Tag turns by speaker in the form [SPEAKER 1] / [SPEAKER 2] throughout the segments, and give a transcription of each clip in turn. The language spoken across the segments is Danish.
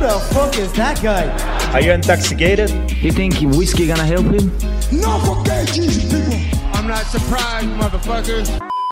[SPEAKER 1] the fuck is that guy?
[SPEAKER 2] Are you intoxicated?
[SPEAKER 3] You think whiskey gonna help him?
[SPEAKER 1] No, forget Jesus, people.
[SPEAKER 4] I'm not surprised, motherfuckers.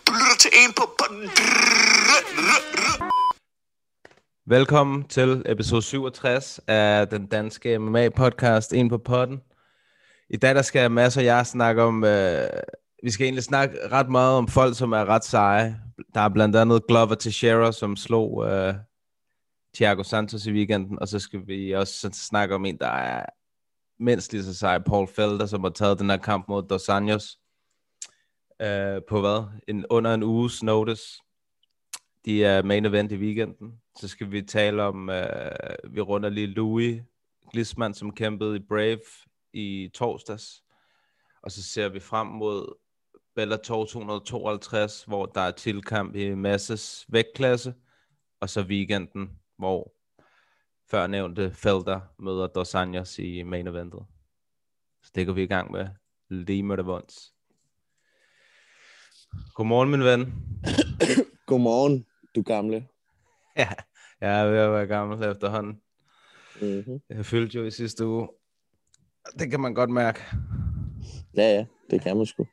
[SPEAKER 5] Velkommen til episode 67 af den danske MMA-podcast, En på potten. I dag der skal Mads og jeg snakke om, vi skal egentlig snakke ret meget om folk, som er ret seje. Der er blandt andet Glover Teixeira, som slog Thiago Santos i weekenden, og så skal vi også snakke om en, der er mindst lige så sej, Paul Felder, som har taget den her kamp mod Dos Anjos på under en uges notice. De er main event i weekenden. Så skal vi tale om, vi runder lige Louis Glidsmann, som kæmpede i Brave i torsdags. Og så ser vi frem mod Bellator 252, hvor der er tilkamp i Masses vægtklasse. Og så weekenden, hvor førnævnte Felder møder Dos Anjos i main eventet. Så det går vi i gang med lige med det vunds. Godmorgen, min ven.
[SPEAKER 6] Godmorgen, du gamle.
[SPEAKER 5] Ja, jeg er ved at være gammel efterhånden.
[SPEAKER 6] Mm-hmm.
[SPEAKER 5] Jeg fyldte jo i sidste uge. Det kan man godt mærke.
[SPEAKER 6] Ja, det kan man sgu.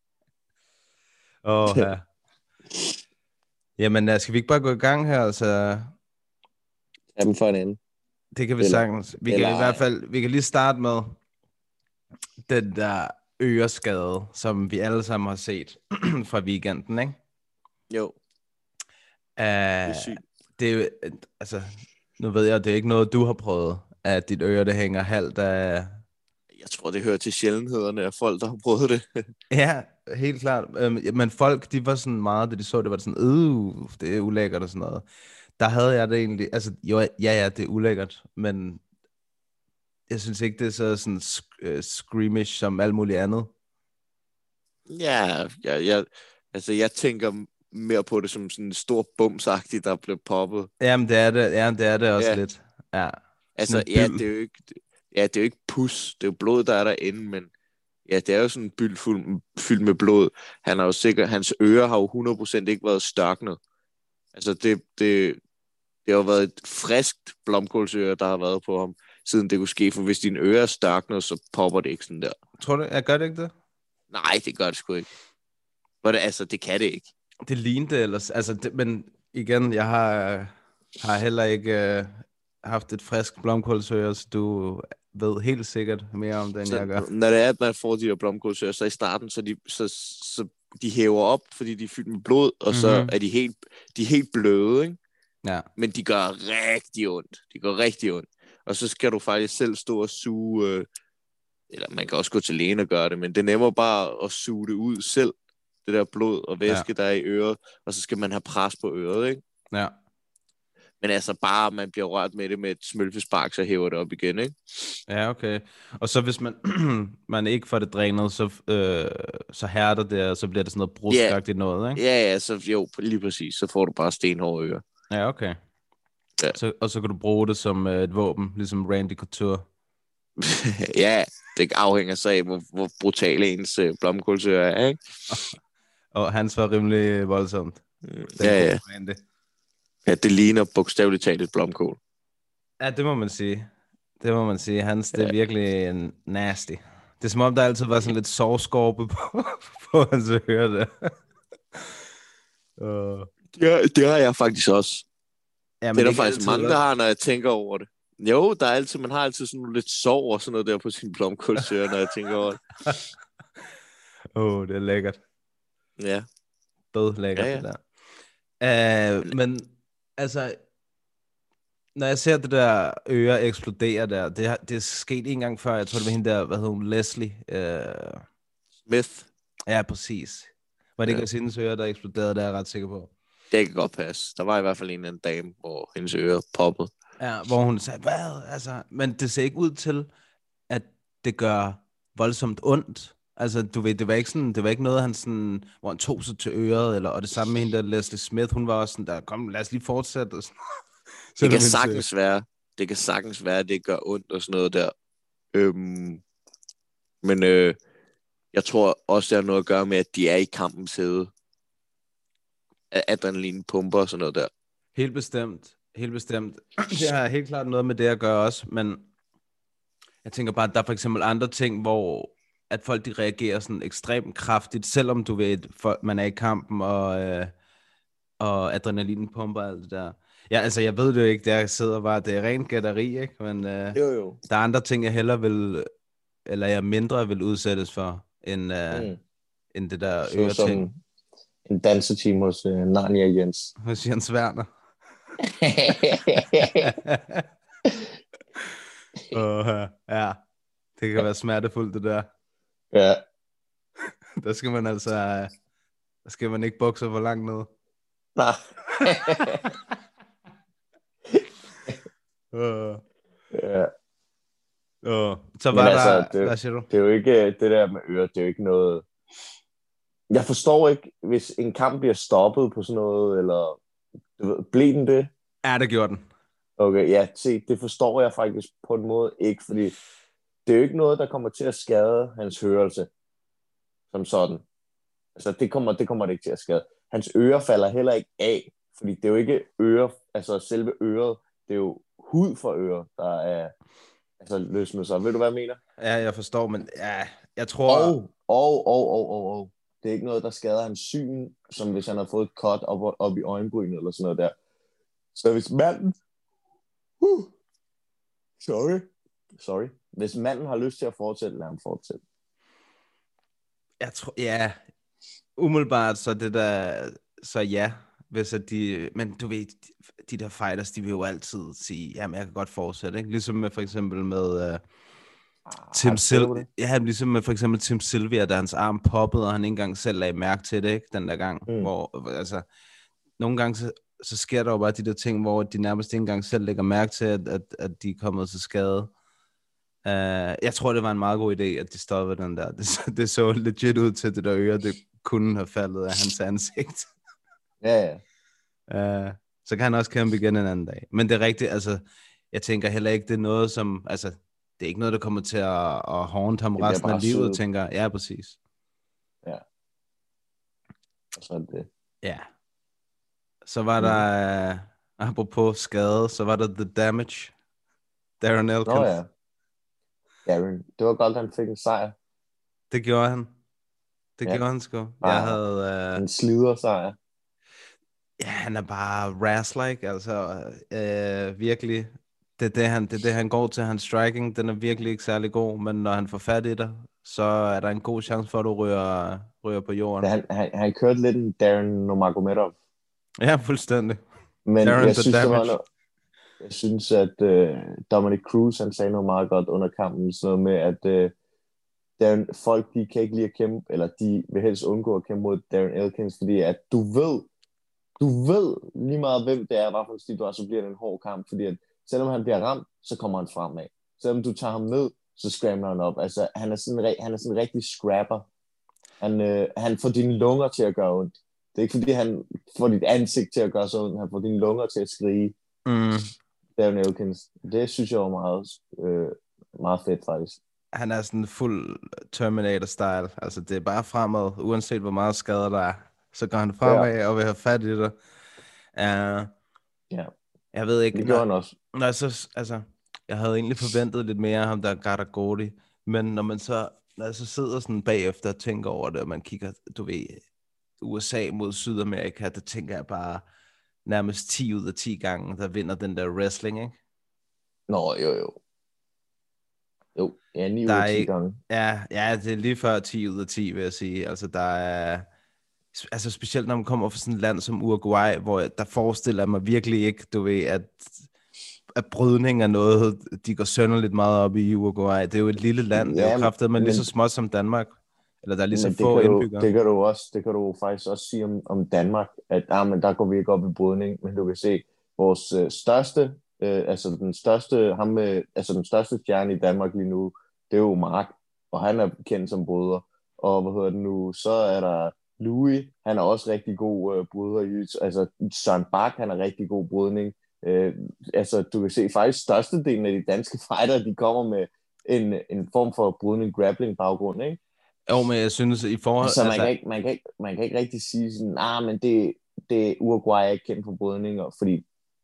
[SPEAKER 5] Ja. Jamen, skal vi ikke bare gå i gang her? Altså,
[SPEAKER 6] Tag dem for en ende.
[SPEAKER 5] det kan vi sagtens. Vi kan i hvert fald, vi kan lige starte med den der øreskade, som vi alle sammen har set fra weekenden, ikke?
[SPEAKER 6] Jo. Det er sygt.
[SPEAKER 5] Det er jo, altså, nu ved jeg, det er ikke noget, du har prøvet, at dit øre, det hænger halvt af...
[SPEAKER 6] Jeg tror, det hører til sjældenhederne af folk, der har prøvet det.
[SPEAKER 5] Ja, helt klart. Men folk, de var sådan meget, da de så det, var sådan, det er ulækkert og sådan noget. Der havde jeg det egentlig, altså, jo, ja, det er ulækkert, men jeg synes ikke, det er så sådan screamish som alt muligt andet.
[SPEAKER 6] Ja, jeg tænker mere på det som sådan en stor bumsagtig, der blev poppet.
[SPEAKER 5] Jamen, det er det også lidt. Ja.
[SPEAKER 6] Altså, det er jo ikke pus, det er jo blod, der er derinde, men ja, det er jo sådan en byld fyldt med blod. Han har jo sikkert, hans ører har jo 100% ikke været størknet. Altså, det har jo været et friskt blomkålsøre, der har været på ham, siden det kunne ske, for hvis dine ører er størknet, så popper det ikke sådan der.
[SPEAKER 5] Tror du, jeg gør det ikke det?
[SPEAKER 6] Nej, det gør det sgu ikke. Det kan det ikke.
[SPEAKER 5] Det lignede ellers, altså, men igen, jeg har heller ikke haft et frisk blomkålsøre, så du ved helt sikkert mere om det, end jeg gør.
[SPEAKER 6] Når det er, at man får de her blomkålsøre, så i starten, så de hæver op, fordi de er fyldt med blod, og så er de helt bløde, ikke?
[SPEAKER 5] Ja.
[SPEAKER 6] Men de gør rigtig ondt. Og så skal du faktisk selv stå og suge, eller man kan også gå til lægen og gøre det, men det er nemmere bare at suge det ud selv, det der blod og væske, der er i øret, og så skal man have pres på øret, ikke?
[SPEAKER 5] Ja. Men
[SPEAKER 6] altså bare, man bliver rørt med det med et smølfespark, så hæver det op igen, ikke?
[SPEAKER 5] Ja, okay. Og så hvis man ikke får det drænet, så hærder det, og så bliver det sådan noget brudskagtigt noget, ikke?
[SPEAKER 6] Ja, så jo, lige præcis. Så får du bare stenhårde ører.
[SPEAKER 5] Ja, okay.
[SPEAKER 6] Ja.
[SPEAKER 5] Så kan du bruge det som et våben, ligesom Randy Couture.
[SPEAKER 6] Ja, det afhænger så af, hvor brutal ens blomkålsøre er, ikke?
[SPEAKER 5] Og hans var rimelig voldsomt.
[SPEAKER 6] Ja. Ja, det ligner bogstaveligt talt et blomkål.
[SPEAKER 5] Ja, det må man sige. Hans, det er virkelig en nasty. Det er som om, der altid var sådan lidt sårskorpe på hans øre der.
[SPEAKER 6] Ja, det har jeg faktisk også.
[SPEAKER 5] Ja,
[SPEAKER 6] det er der faktisk mange, der har, når jeg tænker over det. Jo, man har altid sådan lidt sår og sådan noget der på sin blomkålsøre, når jeg tænker over det.
[SPEAKER 5] Det er lækkert.
[SPEAKER 6] Ja.
[SPEAKER 5] Død lækkert, det der. Men altså, når jeg ser det der øre eksplodere der, det er sket en gang før. Jeg tror, det var hende der, hvad hedder hun, Leslie?
[SPEAKER 6] Smith.
[SPEAKER 5] Ja, præcis. Var det ikke også hendes øre, der eksploderede, der er jeg ret sikker på?
[SPEAKER 6] Det kan godt passe. Der var i hvert fald en anden dame, hvor hendes øre poppede.
[SPEAKER 5] Ja, hvor hun sagde, hvad? Altså, men det ser ikke ud til, at det gør voldsomt ondt. Altså, du ved, det var ikke noget, han sådan, hvor han tog sig til øret, og det samme med hende der, Leslie Smith, hun var også sådan der, kom, lad os lige fortsætte. Og
[SPEAKER 6] det kan sagtens være, at det gør ondt og sådan noget der. Men jeg tror også, det har noget at gøre med, at de er i kampens hede. Adrenalin pumper og sådan noget der.
[SPEAKER 5] Helt bestemt. Helt bestemt. Det har helt klart noget med det at gøre også, men jeg tænker bare, at der er for eksempel andre ting, hvor at folk de reagerer sådan ekstremt kraftigt, selvom du ved, man er i kampen, og adrenalinen pumper og alt det der. Ja, altså jeg ved det jo ikke, der jeg sidder bare, det er rent gætteri, ikke? Men
[SPEAKER 6] Jo.
[SPEAKER 5] der er andre ting, jeg hellere vil, eller jeg mindre vil udsættes for, end det der øreting.
[SPEAKER 6] Som en danseteam hos Narnia Jens.
[SPEAKER 5] Hos Jens Werner. Ja, det kan være smertefuldt, det der.
[SPEAKER 6] Ja.
[SPEAKER 5] Der skal man altså, der skal man ikke bukse for langt ned.
[SPEAKER 6] Nej. Ja.
[SPEAKER 5] Så var
[SPEAKER 6] altså,
[SPEAKER 5] der, hvad siger du?
[SPEAKER 6] Det er jo ikke det der med ører, det er jo ikke noget. Jeg forstår ikke, hvis en kamp bliver stoppet på sådan noget, eller blev den det?
[SPEAKER 5] Ja, det gjorde den.
[SPEAKER 6] Okay, ja, se, det forstår jeg faktisk på en måde ikke, fordi det er jo ikke noget, der kommer til at skade hans hørelse, som sådan. Altså, det kommer det ikke til at skade. Hans ører falder heller ikke af, fordi det er jo ikke ører, altså selve øret, det er jo hud for ører, der er altså løsnet sig. Ved du, hvad jeg mener?
[SPEAKER 5] Ja, jeg forstår, men ja, jeg tror...
[SPEAKER 6] Og. Det er ikke noget, der skader hans syn, som hvis han har fået et cut op i øjenbrynet eller sådan noget der. Så hvis manden... Sorry. Hvis manden har lyst til at fortsætte, lad ham fortsætte.
[SPEAKER 5] Jeg tror, ja, umiddelbart så det der, så ja, hvis at men du ved, de der fighters, de vil jo altid sige, jamen jeg kan godt fortsætte, ikke? Ligesom med for eksempel med Tim Sylvia, ja, ligesom med for eksempel Tim Sylvia, da hans arm poppede, og han ikke engang selv lagde mærke til det, ikke? Den der gang, hvor, altså, nogle gange så sker der jo bare de der ting, hvor de nærmest ikke engang selv lægger mærke til, at de er kommet til skade. Jeg tror, det var en meget god idé, at de stoppede den der. Det så legit ud til det der øre, det kunne have faldet af hans ansigt.
[SPEAKER 6] Ja.
[SPEAKER 5] Så kan han også kæmpe igen en anden dag. Men det er rigtigt, altså, jeg tænker heller ikke, det er noget som, altså, det er ikke noget, der kommer til at haunt ham resten af livet, tænker jeg. Ja, præcis.
[SPEAKER 6] Ja. Og så er det.
[SPEAKER 5] Ja. Så var der, apropos skade, så var der The Damage. Darren Elkins.
[SPEAKER 6] Nå ja. Darren. Det var godt, han fik en sejr.
[SPEAKER 5] Det gjorde han. Gjorde han sgu. Jeg havde...
[SPEAKER 6] en slider-sejr.
[SPEAKER 5] Ja, han er bare Raz-like, altså virkelig. Det er det, han går til. Hans striking, den er virkelig ikke særlig god, men når han får fat i dig, så er der en god chance for, at du ryger på jorden.
[SPEAKER 6] Han kørte lidt en Darren Nurmagomedov.
[SPEAKER 5] Ja, fuldstændig.
[SPEAKER 6] Men jeg synes, at Dominic Cruz, han sagde noget meget godt under kampen, så med, at folk, de kan ikke lide at kæmpe, eller de vil helst undgå at kæmpe mod Darren Elkins, fordi at du ved lige meget, hvem det er, hvorfor stil du er, så bliver det en hård kamp, fordi at selvom han bliver ramt, så kommer han fremad. Selvom du tager ham ned, så scramler han op. Altså, han er sådan en rigtig scrapper. Han får dine lunger til at gøre ondt. Det er ikke, fordi han får dit ansigt til at gøre så ondt. Han får dine lunger til at skrige. Darren Elkins. Det synes jeg var meget fedt, faktisk.
[SPEAKER 5] Han er sådan fuld Terminator-style. Altså, det er bare fremad, uanset hvor meget skader der er. Så går han fremad og vil have fat i det. Jeg ved ikke.
[SPEAKER 6] Det gjorde han også.
[SPEAKER 5] Altså, jeg havde egentlig forventet lidt mere af ham, der Gata Gordy. Men når jeg så sidder sådan bagefter og tænker over det, og man kigger, du ved, USA mod Sydamerika, der tænker jeg bare nærmest 10 ud af 10 gange, der vinder den der wrestling, ikke?
[SPEAKER 6] Nå, jo. Jo, ja, 9 ud af 10 gange.
[SPEAKER 5] Ja, det er lige før 10 ud af 10, vil jeg sige. Altså, der er... Altså, specielt når man kommer fra sådan et land som Uruguay, hvor der forestiller mig virkelig ikke, du ved, at brydning er noget, de går sønderligt meget op i Uruguay. Det er jo et lille land, det er jo kraftedeme lige så småt som Danmark. Eller der er lige så få indbyggere.
[SPEAKER 6] Det kan du faktisk også sige om Danmark, at men der går vi ikke op i brydning, men du kan se, vores største, den største stjerne i Danmark lige nu, det er jo Mark, og han er kendt som bryder. Og så er der Louis, han er også rigtig god bryder. Altså Søren Bak, han er rigtig god brydning. Du kan se, faktisk størstedelen af de danske fighter, de kommer med en form for brydning, grappling baggrund, ikke?
[SPEAKER 5] Jo, men jeg synes i forhold...
[SPEAKER 6] Så man kan ikke rigtig sige sådan, men det Uruguay er ikke kendt for brydninger, fordi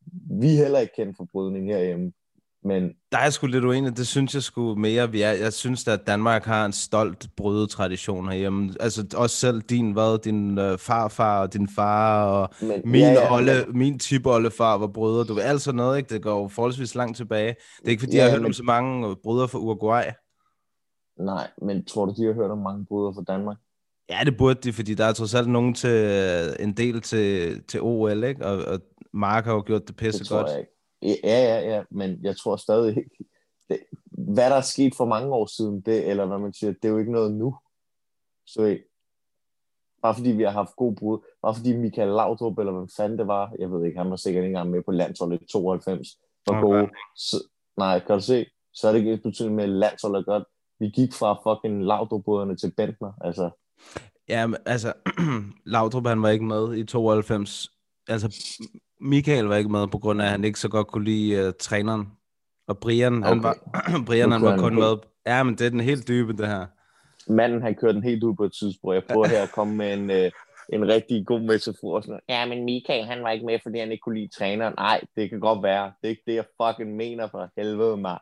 [SPEAKER 2] Vi er heller ikke kendt for brydning herhjemme. Men
[SPEAKER 5] Der er sgu lidt uenig. Det synes jeg sgu mere, vi er. Jeg synes, at Danmark har en stolt brydetradition herhjemme. Altså også selv din farfar og din far og min tipoldefar var bryder. Du ved, alt sådan noget, ikke? Det går jo forholdsvis langt tilbage. Det er ikke, fordi jeg har hørt om så mange brødre fra Uruguay.
[SPEAKER 2] Nej, men tror du, de har hørt om mange brødre fra Danmark?
[SPEAKER 5] Ja, det burde de, fordi der er trods alt nogen en del til OL, ikke? Og Mark har jo gjort det pisse godt.
[SPEAKER 2] Ja, men jeg tror stadig ikke, hvad der er sket for mange år siden, eller hvad man siger, det er jo ikke noget nu. Så bare fordi vi har haft god brud, bare fordi Michael Laudrup, eller hvad fanden det var, jeg ved ikke, han var sikkert ikke engang med på landsholdet i 92, var gode. Nej, kan du se, så er det ikke betydning med, at landsholdet godt. Vi gik fra fucking Laudrup-brødrene til Bentner, altså.
[SPEAKER 5] Ja, altså, Laudrup, han var ikke med i 92. Altså, Michael var ikke med, på grund af, at han ikke så godt kunne lide træneren. Og Brian, han var kun med. Ja, men det er den helt dybe, det her.
[SPEAKER 2] Manden, han kørte den helt ud på et tidspunkt. Jeg prøver her at komme med en rigtig god metafor. Sådan, ja, men Michael, han var ikke med, fordi han ikke kunne lide træneren. Nej, det kan godt være. Det er ikke det, jeg fucking mener, for helvede, mand.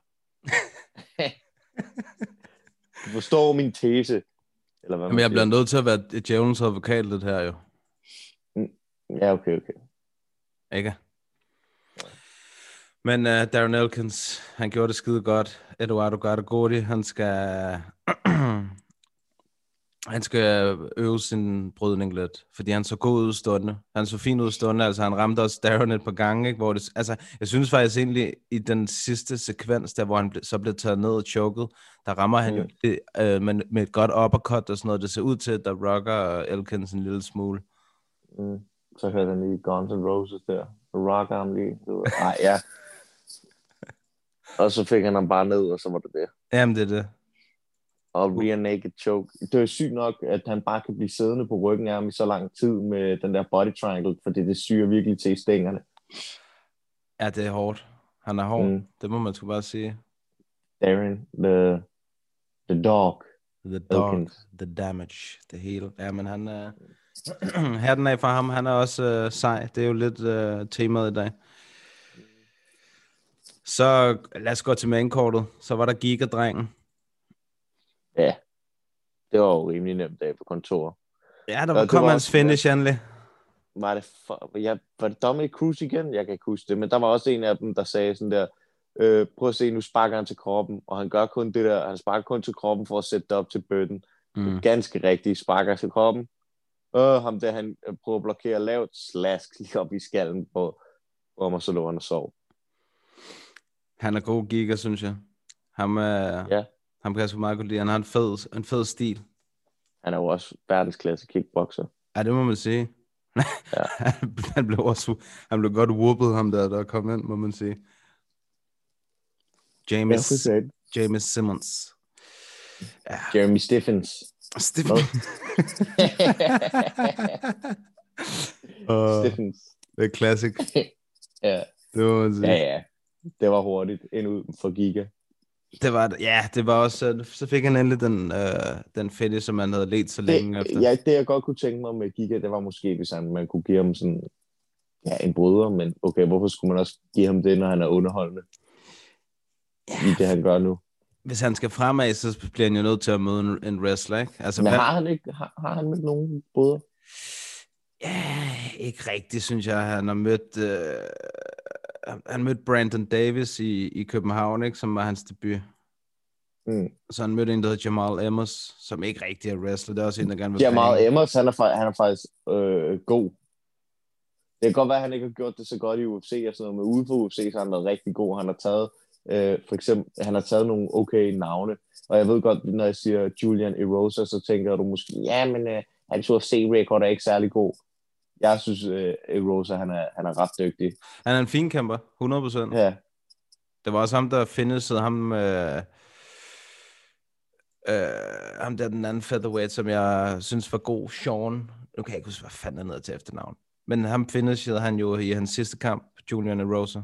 [SPEAKER 2] Du forstår min tese. Eller hvad. Men
[SPEAKER 5] jeg bliver nødt til at være djævelens advokat lidt her, jo.
[SPEAKER 2] Ja, okay.
[SPEAKER 5] Ikke? Men Darren Elkins, han gjorde det skide godt. Eduardo Garagordi, han skal øve sin brydning lidt, fordi han så god ud stående. Han så fin ud stående, altså han ramte også Darren et par gange, ikke? Hvor det, altså, jeg synes faktisk egentlig, i den sidste sekvens, der hvor han så blev taget ned og choket, der rammer han jo med et godt uppercut og sådan noget. Det ser ud til, at der rocker Elkins en lille smule.
[SPEAKER 2] Så hørte han lige Guns N' Roses der. Rocker ham lige. Nej, ja. Og så fik han ham bare ned, og så var det det.
[SPEAKER 5] Jamen, det er det.
[SPEAKER 2] Og rear naked choke. Det er sygt nok, at han bare kan blive siddende på ryggen af ham i så lang tid med den der body triangle, fordi det syrer virkelig til i stængerne.
[SPEAKER 5] Ja, det er hårdt. Han er hård. Det må man sgu bare sige.
[SPEAKER 2] Darren, the dog.
[SPEAKER 5] The dog, Elkins. The damage, det hele. Ja, men han er... Herden af for ham, han er også sej. Det er jo lidt temaet i dag. Så lad os gå til mainkortet. Så var der Giga-drengen.
[SPEAKER 2] Ja, det var jo rimelig nemt dag på kontoret.
[SPEAKER 5] Ja, der kom hans finish endelig.
[SPEAKER 2] Var det Dominic Cruz igen? Jeg kan ikke huske det, men der var også en af dem, der sagde sådan der, prøv at se, nu sparker han til kroppen, og han gør kun det der, han sparker kun til kroppen for at sætte det op til bøtten. Ganske rigtigt, sparker til kroppen. Ham der, han prøver at blokere lavt, slask lige op i skallen på ham, og så lå han og sov.
[SPEAKER 5] Han er god Giga, synes jeg. Ham kan jeg sgu meget godt lide. Han har en fed stil.
[SPEAKER 2] Han er jo også verdensklasse kickboxer.
[SPEAKER 5] Ja, det må man sige. Ja. han blev godt whoopet, ham der kom ind, må man sige. James Simmons.
[SPEAKER 2] Ja. Jeremy Stephens.
[SPEAKER 5] Stephens. Det er classic.
[SPEAKER 2] Ja.
[SPEAKER 5] Det må man sige.
[SPEAKER 2] Ja. Det var hurtigt ind ud for Giga.
[SPEAKER 5] Det var også, så fik han endelig den finish, som man havde let så længe efter.
[SPEAKER 2] Ja, det jeg godt kunne tænke mig med Giga, det var måske, hvis man kunne give ham sådan, en bryder, men okay, hvorfor skulle man også give ham det, når han er underholdende? I det, han gør nu.
[SPEAKER 5] Hvis han skal fremad, så bliver han jo nødt til at møde en wrestler, ikke? Altså,
[SPEAKER 2] men har han ikke nogen bryder?
[SPEAKER 5] Ja, ikke rigtigt, synes jeg. Han har mødt Brandon Davis i København, ikke, som var hans debut. Så han mødte en, der hedder Jamal Emmers, som ikke rigtig er wrestler. Det er også en, der gerne vil
[SPEAKER 2] Jamal Emmers, han er faktisk god. Det kan godt være, at han ikke har gjort det så godt i UFC og sådan noget, men ude for UFC, så har han været rigtig god. Han har taget, for eksempel, han har taget nogle okay navne. Og jeg ved godt, når jeg siger Julian Erosa, så tænker du måske, ja, men hans UFC-record er ikke særlig god. Jeg synes, Erosa, han er ret dygtig.
[SPEAKER 5] Han er en fin kæmper, 100%.
[SPEAKER 2] Ja.
[SPEAKER 5] Det var også ham, der finishede ham... ham der den anden featherweight, som jeg synes var god, Sean. Nu kan jeg ikke huske, hvad fanden han hedder til efternavn. Men ham finishede han jo i hans sidste kamp, Julian Erosa.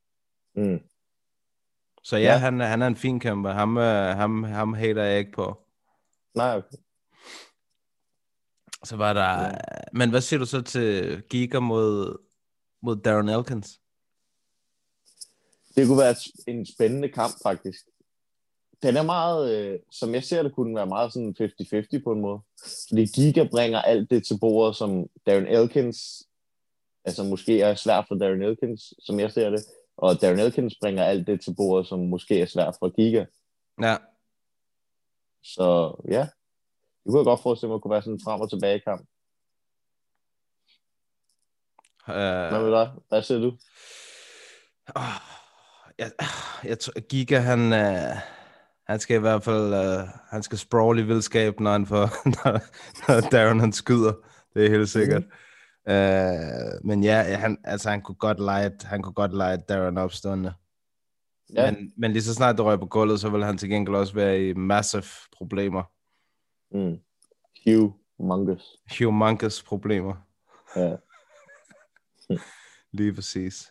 [SPEAKER 5] Så ja, han er en fin kæmper. Ham hater jeg ikke på.
[SPEAKER 2] Nej, okay.
[SPEAKER 5] Så var der... Men hvad siger du så til Giga mod Darren Elkins?
[SPEAKER 2] Det kunne være en spændende kamp, faktisk. Den er meget, som jeg ser det, kunne den være meget sådan 50-50 på en måde. Fordi Giga bringer alt det til bordet, som Darren Elkins, altså måske er svært for Darren Elkins, som jeg ser det. Og Darren Elkins bringer alt det til bordet, som måske er svært for Giga.
[SPEAKER 5] Ja.
[SPEAKER 2] Så ja, det kunne jeg godt forestille mig, at kunne være sådan en frem- og tilbage-kamp. Hvad med dig? Hvad siger du?
[SPEAKER 5] Giga, han skal i hvert fald, han skal sprawl i vildskab, når han får, når Darren han skyder. Det er helt sikkert. Men ja, han kunne godt lege Darren opstående. Ja. Men lige så snart det røg på gulvet, så vil han til gengæld også være i massive problemer. Humongous problemer.
[SPEAKER 2] Ja.
[SPEAKER 5] Lige præcis.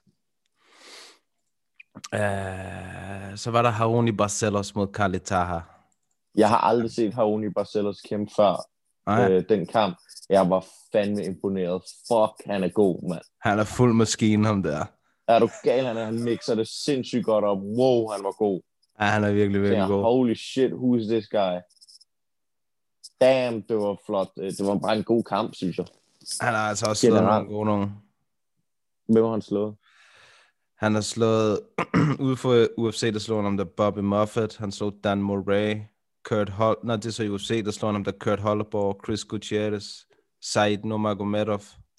[SPEAKER 5] Så var der Haruni Barcelos mod Carly Taha.
[SPEAKER 2] Jeg har aldrig set Haruni Barcelos kæmpe før den kamp. Jeg var fandme imponeret. Fuck, han er god, mand.
[SPEAKER 5] Han er fuld maskine, ham der.
[SPEAKER 2] Er du gal? Han mixer det sindssygt godt op. Wow, han var god.
[SPEAKER 5] Ja, han er virkelig, virkelig god.
[SPEAKER 2] Holy shit, who is this guy? Damn, det var flot. Det var bare en god kamp, synes jeg.
[SPEAKER 5] Han har altså også slået nogle gode nogen.
[SPEAKER 2] Hvem har han slået?
[SPEAKER 5] Han har slået, ude for UFC, der slår han om der Bobby Moffett, han slog Dan Murray, det er så UFC, der slår han om der Kurt Hollerborg, Chris Gutierrez, Said Nurmagomedov,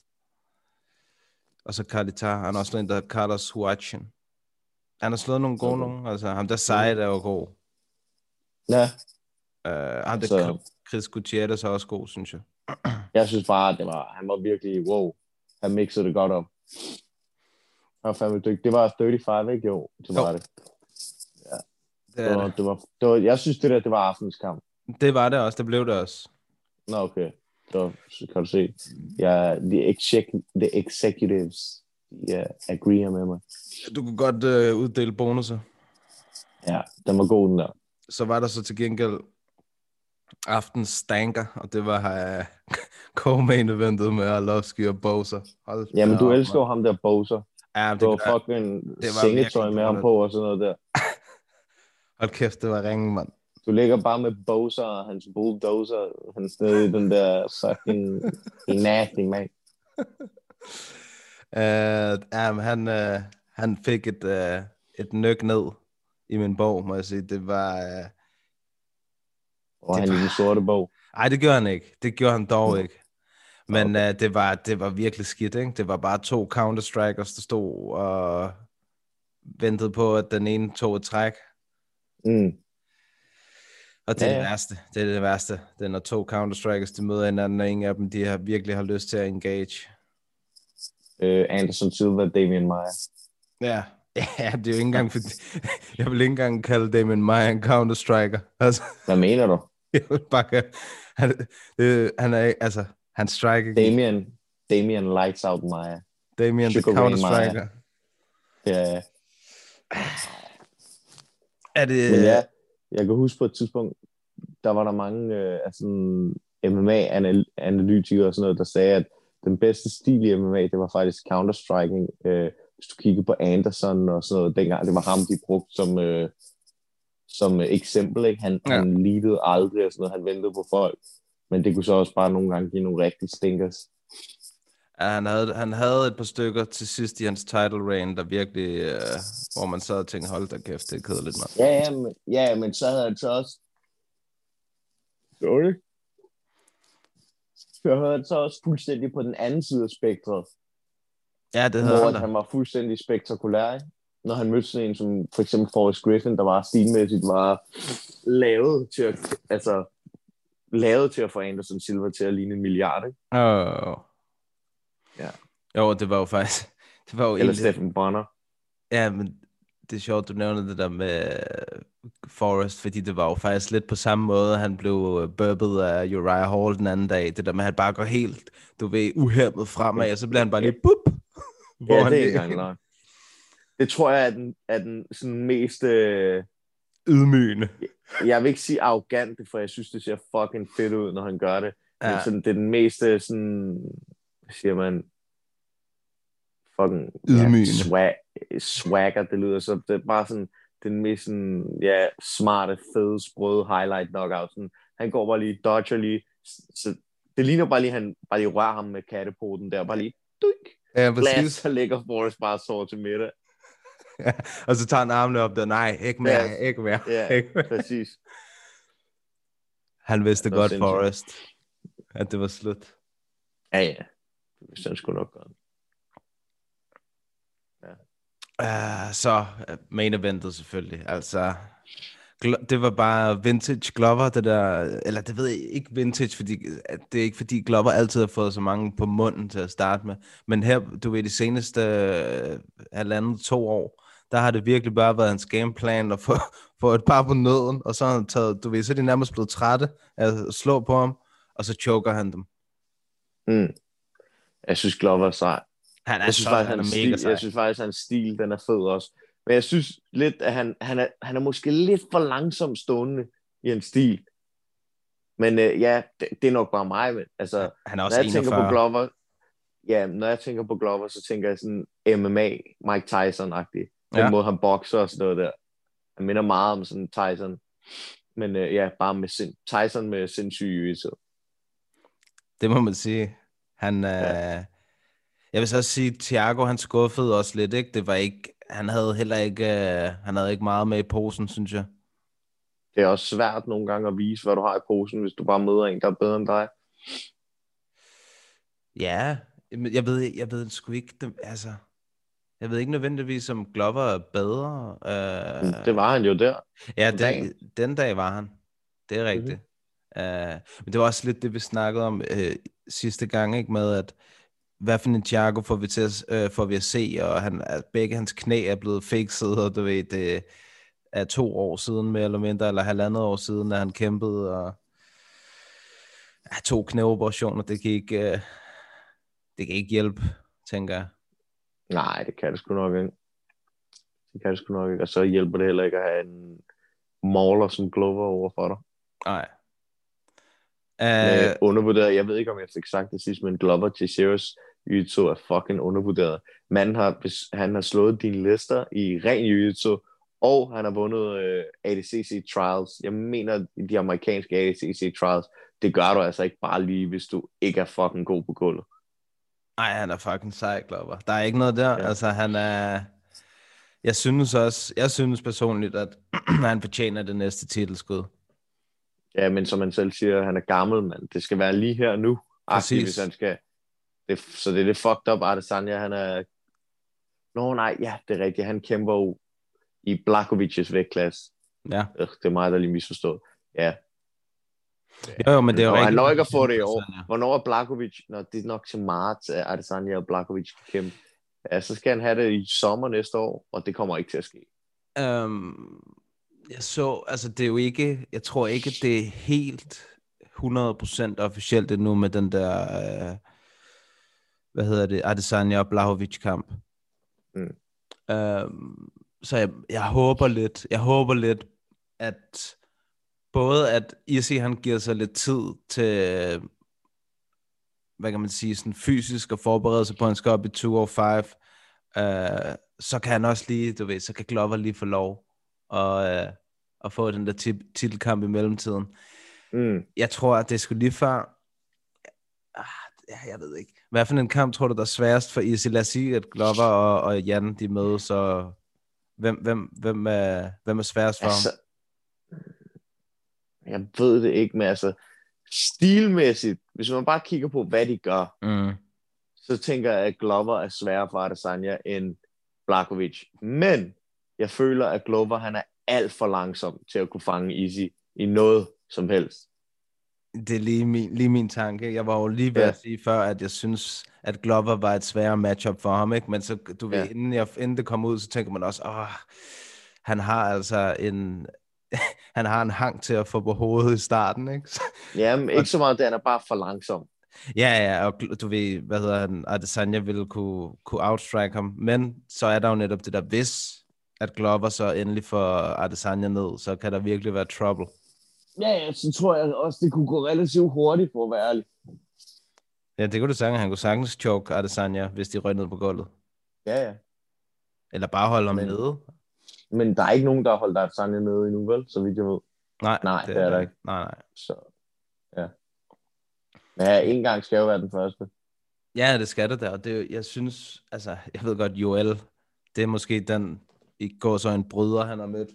[SPEAKER 5] og så Carly Taha. Han har også slået en, der hedder Carlos Huachin. Han har slået nogle gode nogen, altså ham der Said er jo god.
[SPEAKER 2] Ja.
[SPEAKER 5] Ham der Chris Gutierrez er også god, synes jeg.
[SPEAKER 2] Jeg synes bare, han var virkelig, wow, han mixede det godt op. Han var fandme dygtig. Det var 35, ikke? Jo, det var det. Ja. Det var, jeg synes, det var aftens kamp.
[SPEAKER 5] Det var det også, det blev det også.
[SPEAKER 2] Nå, okay. Så kan du se. Ja, the executives agree med mig.
[SPEAKER 5] Du kunne godt uddele bonusser.
[SPEAKER 2] Ja, den var god, den der.
[SPEAKER 5] Så var der så til gengæld aftens stanker, og det var co-main eventet med Arlovski og Boser.
[SPEAKER 2] Jamen, du elsker jo ham der Boser.
[SPEAKER 5] Ja,
[SPEAKER 2] det var fucking sengetøj med ham på og sådan noget der.
[SPEAKER 5] Hold kæft, det var ringen, mand.
[SPEAKER 2] Du ligger bare med Boser og hans bulldozer, hans nede i den der fucking nasty, man.
[SPEAKER 5] Han fik et nøk ned i min bog, må jeg sige. Det var...
[SPEAKER 2] Og han i den sorte bog.
[SPEAKER 5] Nej, det gjorde han ikke. Det gjorde han dog ikke. Men okay. Det var virkelig skidt, ikke? Det var bare 2 Counter-Strikers, der stod og ventede på, at den ene tog et træk. Og det er det værste. Det er det værste. Det er, når 2 Counter-Strikers, de møder hinanden, og ingen af dem, de virkelig har lyst til at engage.
[SPEAKER 2] Anderson Silva, Damian Maia.
[SPEAKER 5] Ja, det er jo ikke engang... Jeg vil ikke engang kalde Damian Maia en Counter-Striker. Altså,
[SPEAKER 2] hvad mener du?
[SPEAKER 5] Jeg vil bare... Han er altså... Han striker...
[SPEAKER 2] Damian lights out Maia.
[SPEAKER 5] Damian the Counter-Striker.
[SPEAKER 2] Ja.
[SPEAKER 5] Er det...
[SPEAKER 2] Men ja, jeg kan huske på et tidspunkt, der var der mange MMA-analytikere og sådan noget, der sagde, at den bedste stil i MMA, det var faktisk counter-striking. Hvis du kigger på Anderson og sådan noget, dengang det var ham, de brugte som eksempel. Ikke? Han leadede aldrig og sådan noget, han ventede på folk. Men det kunne så også bare nogle gange give nogle rigtige stinkers.
[SPEAKER 5] Ja, han havde et par stykker til sidst i hans title reign, der virkelig, hvor man sad og tænkte, hold da kæft, det er kedeligt, mand.
[SPEAKER 2] Ja, men så havde han så også... Sorry. Jeg hørte så også fuldstændig på den anden side af spektret.
[SPEAKER 5] Ja, det havde
[SPEAKER 2] hvor han var fuldstændig spektakulær, ikke? Når han mødte sådan en som for eksempel Forrest Griffin, der var stilmæssigt lavet til at få Anderson Silva til at ligne 1 milliard, ikke?
[SPEAKER 5] Ja. Jo, det var jo faktisk... Det var jo
[SPEAKER 2] eller Stephen Bonner.
[SPEAKER 5] Ja, men det er sjovt, du nævner det der med Forrest, fordi det var jo faktisk lidt på samme måde, han blev burpet af Uriah Hall den anden dag. Det der med, at han bare går helt, du ved, uhæmmet fremad, og så bliver han bare lige bup.
[SPEAKER 2] Ja, det er ikke engang løgn. Det tror jeg er den sådan mest...
[SPEAKER 5] ydmygende.
[SPEAKER 2] Jeg vil ikke sige arrogant, for jeg synes, det ser fucking fedt ud, når han gør det. Ja. Men sådan, det er den mest sådan... Hvad siger man? Fucking...
[SPEAKER 5] ydmygende.
[SPEAKER 2] swagger, det lyder så. Det er bare sådan den mest sådan, ja, smarte, fede, sprøde highlight knockout. Sådan, han går bare lige, dodger lige. Så det ligner bare lige, han bare lige rører ham med kattepoten der. Bare lige, duik.
[SPEAKER 5] Ja,
[SPEAKER 2] Glas,
[SPEAKER 5] præcis.
[SPEAKER 2] så ligger Forrest bare så til middag.
[SPEAKER 5] Ja, og så tager han armene op der. Nej, ikke mere, ikke mere.
[SPEAKER 2] Ja,
[SPEAKER 5] Ikke mere.
[SPEAKER 2] præcis.
[SPEAKER 5] Han vidste
[SPEAKER 2] Det var
[SPEAKER 5] godt,
[SPEAKER 2] sindssygt.
[SPEAKER 5] Forrest, at det var slut.
[SPEAKER 2] Ja. Det er sgu nok godt.
[SPEAKER 5] Så main eventet selvfølgelig. Altså, det var bare vintage Glover, det der, eller det ved jeg ikke vintage, fordi det er ikke fordi Glover altid har fået så mange på munden til at starte med, men her, du ved, de seneste 1,5-2 år, der har det virkelig bare været hans gameplan at få et par på nøden, og så har han taget, du ved, så er de nærmest blevet trætte af at slå på ham, og så choker han dem.
[SPEAKER 2] Jeg synes, Glover er sej.
[SPEAKER 5] Jeg synes
[SPEAKER 2] faktisk, hans stil, den er fed også. Men jeg synes lidt, at han er måske lidt for langsom stående i en stil. Men ja, det er nok bare mig. Men, altså,
[SPEAKER 5] han er også
[SPEAKER 2] når jeg
[SPEAKER 5] 41.
[SPEAKER 2] tænker på Glover, når jeg tænker på Glover, så tænker jeg sådan MMA, Mike Tyson-agtig. Den måde, han bokser og sådan noget der. Han minder meget om sådan Tyson. Men ja, bare med Tyson med sindssyg jiu-jitsu.
[SPEAKER 5] Det må man sige. Jeg vil så også sige, Thiago, han skuffede også lidt, ikke? Det var ikke, han havde heller ikke meget med i posen, synes jeg.
[SPEAKER 2] Det er også svært nogle gange at vise, hvad du har i posen, hvis du bare møder en, der er bedre end dig.
[SPEAKER 5] Ja, jeg ved sgu ikke, altså, jeg ved ikke nødvendigvis, om Glover er bedre.
[SPEAKER 2] Det var han jo der.
[SPEAKER 5] Ja, den dag var han. Det er rigtigt. Men det var også lidt det, vi snakkede om sidste gang, ikke? Med at hvad for en Thiago får vi at se, og begge hans knæ er blevet fikset, og du ved, det er 2 år siden mere eller mindre, eller 1,5 år siden, at han kæmpede, og 2 knæoperationer, det kan ikke hjælpe, tænker jeg.
[SPEAKER 2] Nej, det kan det sgu nok ikke. Og så hjælper det heller ikke at have en mauler som Glover over for dig.
[SPEAKER 5] Nej.
[SPEAKER 2] Undervurderet. Jeg ved ikke, om jeg fik sagt det sidst, men Glover Teixeiras jiu-jitsu er fucking undervurderet. Manden han har slået dine lister i ren jiu-jitsu, og han har vundet ADCC Trials. Jeg mener, de amerikanske ADCC Trials, det gør du altså ikke bare lige, hvis du ikke er fucking god på gulvet.
[SPEAKER 5] Nej, han er fucking sej, Glover. Der er ikke noget der. Ja. Altså, han er... Jeg synes personligt, at han fortjener det næste titelskud.
[SPEAKER 2] Ja, men som man selv siger, han er gammel, mand. Det skal være lige her nu.
[SPEAKER 5] Præcis.
[SPEAKER 2] Hvis han skal... Så det er det fucked up, Adesanya, han er... Nej, ja, det er rigtigt. Han kæmper jo i Blachowicz' vægtklasse.
[SPEAKER 5] Ja.
[SPEAKER 2] Det er mig, der lige misforstået. Ja.
[SPEAKER 5] Jo, men det er jo rigtigt.
[SPEAKER 2] Han når ikke at få det i år. Hvornår er Blachowicz? Det er nok til marts, at Adesanya og Blachowicz kan kæmpe. Ja, så skal han have det i sommer næste år, og det kommer ikke til at ske.
[SPEAKER 5] Det er jo ikke, jeg tror ikke, det er helt 100% officielt endnu med den der, Adesanya og Blachowicz kamp. Så jeg håber lidt, at både at Izzy han giver sig lidt tid til, hvad kan man sige, sådan fysisk at forberede sig på, at han skal op i 205, så kan han også lige, du ved, så kan Glover lige få lov at få den der titelkamp i mellemtiden. Jeg tror, at det skulle lige før, jeg ved ikke, hvad for en kamp tror du, der er sværest for Izzy? Lad os sige, at Glover og Jan, de mødes, så hvem er sværest for ham?
[SPEAKER 2] Jeg ved det ikke, men altså stilmæssigt, hvis man bare kigger på, hvad de gør, så tænker jeg, at Glover er sværere for Adesanya end Blachowicz. Men jeg føler, at Glover han er alt for langsom til at kunne fange Izzy i noget som helst.
[SPEAKER 5] Det er lige min tanke. Jeg var jo lige ved at sige før, at jeg synes, at Glover var et sværere matchup for ham, ikke? Men så, du ved, inden det kom ud, så tænker man også, han har altså han har en hang til at få på hovedet i starten, ikke?
[SPEAKER 2] Jamen, ikke så meget, han er bare for langsom.
[SPEAKER 5] Ja, og du ved, Adesanya ville kunne outstrike ham, men så er der jo netop det der, hvis at Glover så endelig får Adesanya ned, så kan der virkelig være trouble.
[SPEAKER 2] Ja, så tror jeg også, det kunne gå relativt hurtigt, for at være ærlig.
[SPEAKER 5] Ja, det kunne du sige, han kunne sagtens choke Adesanya, hvis de røg ned på gulvet.
[SPEAKER 2] Ja.
[SPEAKER 5] Eller bare holde ham
[SPEAKER 2] Men-
[SPEAKER 5] nede.
[SPEAKER 2] Men der er ikke nogen, der har holdt Adesanya nede endnu, vel? Så vidt jeg ved. Nej, det er der ikke.
[SPEAKER 5] Nej.
[SPEAKER 2] Så, ja. Men ja, en gang skal jo være den første.
[SPEAKER 5] Ja, det skal det der. Det, jeg synes, altså, jeg ved godt, Joel, det er måske den, i går så en bryder, han har mødt.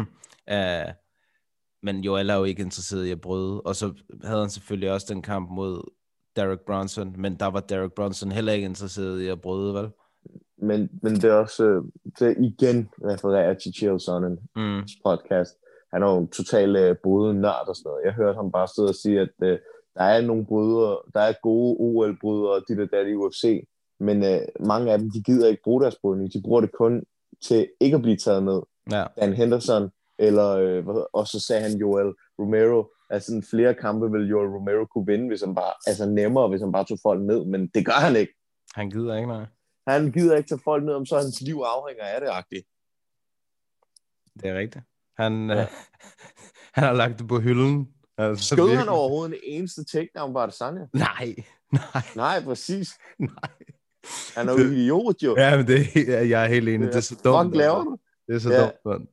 [SPEAKER 5] Men Joel er jo ikke interesseret i at bryde. Og så havde han selvfølgelig også den kamp mod Derek Brunson, men der var Derek Brunson heller ikke interesseret i at bryde, vel?
[SPEAKER 2] Men det er også, det igen refererer til Chael Sonnens podcast. Han er jo en total brydernørd og sådan noget. Jeg hørte ham bare sidde og sige, at der er nogle brydere, der er gode OL-brydere, de der i UFC, men mange af dem, de gider ikke bruge deres brydning. De bruger det kun til ikke at blive taget ned.
[SPEAKER 5] Ja.
[SPEAKER 2] Dan Henderson, eller og så sagde han Joel Romero. Altså flere kampe vil Joel Romero kunne vinde, hvis han bare, altså nemmere, hvis han bare tog folk ned, men det gør han ikke.
[SPEAKER 5] Han gider ikke, nej.
[SPEAKER 2] Han gider ikke tage folk ned, om så hans liv afhænger af det, agtigt.
[SPEAKER 5] Det er rigtigt. Han har lagt det på hylden. Altså,
[SPEAKER 2] Skød
[SPEAKER 5] virkelig.
[SPEAKER 2] han overhovedet en eneste takedown på Adesanya?
[SPEAKER 5] Nej.
[SPEAKER 2] Nej, præcis.
[SPEAKER 5] Nej.
[SPEAKER 2] Han er jo idiot, jo.
[SPEAKER 5] Ja, men jeg er helt enig. Det er så dumt.
[SPEAKER 2] Fuck laver du?
[SPEAKER 5] Det er så dumt, mand.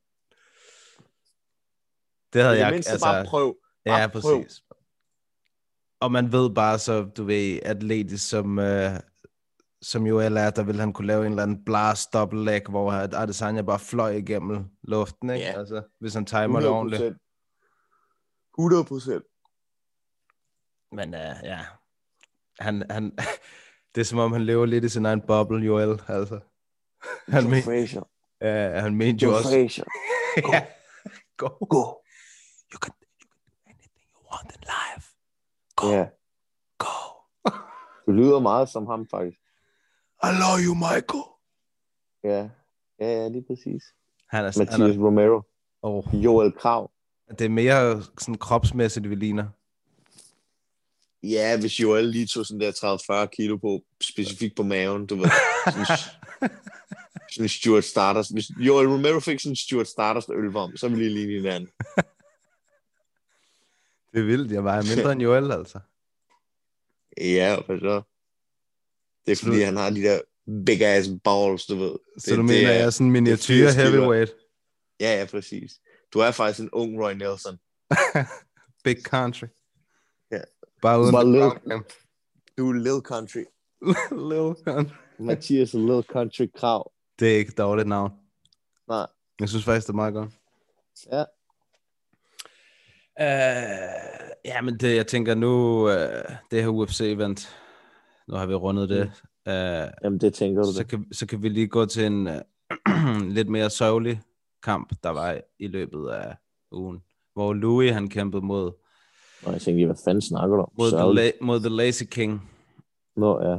[SPEAKER 5] Det havde jeg
[SPEAKER 2] mindste bare prøv.
[SPEAKER 5] Ja, præcis. Og man ved bare så, du ved, atletisk som Joel er, der vil han kunne lave en eller anden blast double leg, hvor Adesanya bare fløj igennem luften, ikke?
[SPEAKER 2] Ja.
[SPEAKER 5] Altså, hvis han timer det ordentligt.
[SPEAKER 2] 100%.
[SPEAKER 5] Men ja, han det er som om, han lever lidt i sin egen bubble, Joel, altså. Han mente jo også... Ja. Go. You can do anything you want in life. Go.
[SPEAKER 2] Ja.
[SPEAKER 5] Go.
[SPEAKER 2] Du lyder meget som ham, faktisk.
[SPEAKER 5] I love you, Michael.
[SPEAKER 2] Ja, lige præcis.
[SPEAKER 5] Han er,
[SPEAKER 2] Mathias Romero. Joel Krav.
[SPEAKER 5] Det er mere sådan kropsmæssigt, vi ligner.
[SPEAKER 2] Ja, hvis Joel lige tog sådan der 30-40 kilo på, specifikt på maven, du ved. Sådan Stuart Stardust. Hvis Joel Romero fik sådan en Stuart Stardust ølvom, så ville I lige hinanden.
[SPEAKER 5] Det er vildt, jeg vejer mindre end Joel, altså.
[SPEAKER 2] Ja, for så. Det er fordi, han har de der big ass balls, du ved.
[SPEAKER 5] Så du mener, jeg er sådan en miniatyr heavyweight?
[SPEAKER 2] Ja, præcis. Du er faktisk en ung Roy Nelson.
[SPEAKER 5] Big country.
[SPEAKER 2] Ja.
[SPEAKER 5] Bare uden
[SPEAKER 2] du er Lil Country.
[SPEAKER 5] Lil Country.
[SPEAKER 2] Mathias Lil Country Krav.
[SPEAKER 5] Det er ikke et dårligt navn.
[SPEAKER 2] Nej.
[SPEAKER 5] Jeg synes faktisk, det er meget godt.
[SPEAKER 2] Ja.
[SPEAKER 5] Ja, men det, jeg tænker nu, det her UFC-event, nu har vi rundet det.
[SPEAKER 2] Jamen, det tænker du
[SPEAKER 5] så kan vi lige gå til en lidt mere sørgelig kamp, der var i løbet af ugen, hvor Louis, han kæmpede mod...
[SPEAKER 2] Nå, jeg tænkte, hvad fanden snakker du om?
[SPEAKER 5] Mod The Lazy King.
[SPEAKER 2] Nå, ja.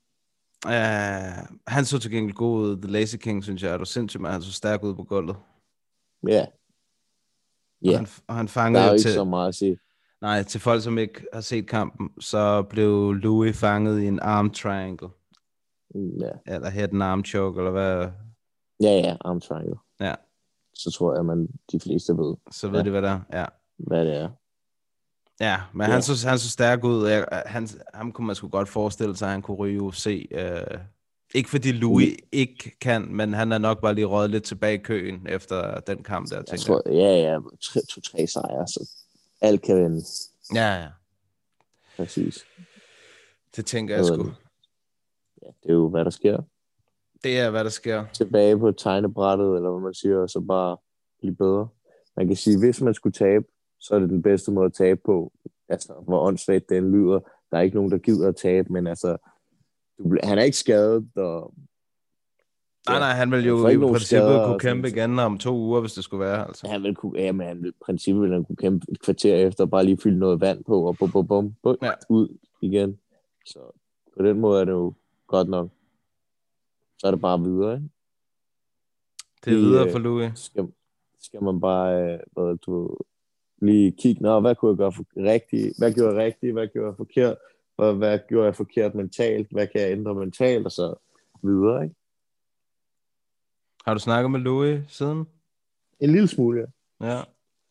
[SPEAKER 5] Han så til gengæld god ud. The Lazy King, synes jeg, er du sindssygt, men han så stærk ud på gulvet.
[SPEAKER 2] Ja.
[SPEAKER 5] Yeah. Og han fangede
[SPEAKER 2] der er jo
[SPEAKER 5] ikke
[SPEAKER 2] ikke så meget at sige.
[SPEAKER 5] Nej, til folk, som ikke har set kampen, så blev Louis fanget i en arm triangle.
[SPEAKER 2] Ja.
[SPEAKER 5] Eller head and arm choke, eller hvad?
[SPEAKER 2] Ja, arm triangle.
[SPEAKER 5] Ja.
[SPEAKER 2] Så tror jeg, man de fleste ved.
[SPEAKER 5] Så ved de, hvad det er. Ja.
[SPEAKER 2] Hvad det er.
[SPEAKER 5] Ja, men han så stærk ud. Ham kunne man sgu godt forestille sig, at han kunne ryge UFC. Ikke fordi Louis ikke kan, men han er nok bare lige røget lidt tilbage i køen efter den kamp der, tænker
[SPEAKER 2] jeg. Ja, 2-3 sejre, så alt kan vende.
[SPEAKER 5] Ja.
[SPEAKER 2] Præcis.
[SPEAKER 5] Det tænker jeg sgu.
[SPEAKER 2] Ja, det er jo, hvad der sker.
[SPEAKER 5] Det er, hvad der sker.
[SPEAKER 2] Tilbage på tegnebrættet, eller hvad man siger, og så bare blive bedre. Man kan sige, hvis man skulle tabe, så er det den bedste måde at tabe på. Altså, hvor åndssvagt den lyder. Der er ikke nogen, der gider at tabe, men altså, han er ikke skadet, og...
[SPEAKER 5] Nej, han vil jo i princippet kunne kæmpe igen om 2 uger, hvis det skulle være. Altså.
[SPEAKER 2] Han vil kunne, ja, men i princippet ville han kunne kæmpe et kvarter efter, bare lige fylde noget vand på, og bum, ud igen. Så på den måde er det jo godt nok. Så er det bare videre, ikke?
[SPEAKER 5] Det er videre for Louis.
[SPEAKER 2] Skal man bare, lige kigge, hvad kunne jeg gøre rigtigt? Hvad gjorde jeg rigtigt? Hvad gjorde jeg forkert? Hvad gjorde jeg forkert mentalt? Hvad kan jeg ændre mentalt? Og så videre, ikke?
[SPEAKER 5] Har du snakket med Louis siden?
[SPEAKER 2] En lille smule, ja.
[SPEAKER 5] Ja.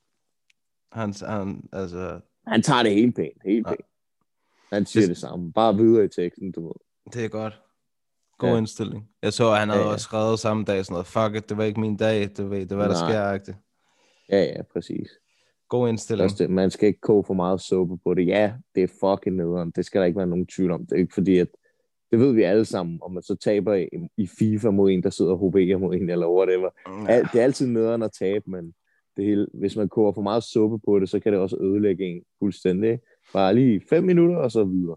[SPEAKER 2] Han tager det helt pænt. Han siger det samme. Bare videre i teksten, du ved.
[SPEAKER 5] Det er godt. God
[SPEAKER 6] Ja.
[SPEAKER 5] indstilling. Jeg så, at han havde
[SPEAKER 6] Ja, ja.
[SPEAKER 5] også skrevet samme dag sådan noget, fuck it, det var ikke min dag, det var der
[SPEAKER 6] Nej.
[SPEAKER 5] sker-agtigt.
[SPEAKER 6] Ja, præcis.
[SPEAKER 5] God indstilling.
[SPEAKER 6] Også det, man skal ikke koge for meget suppe på det. Ja, det er fucking nederen. Det skal der ikke være nogen tvivl om. Det er ikke fordi, at det ved vi alle sammen, om man så taber i FIFA mod en, der sidder og hoberer mod en, eller whatever.
[SPEAKER 5] Ja.
[SPEAKER 6] Det er altid nederen at tabe, men det hele, hvis man koger for meget suppe på det, så kan det også ødelægge en fuldstændig. Bare lige 5 minutter, og så videre.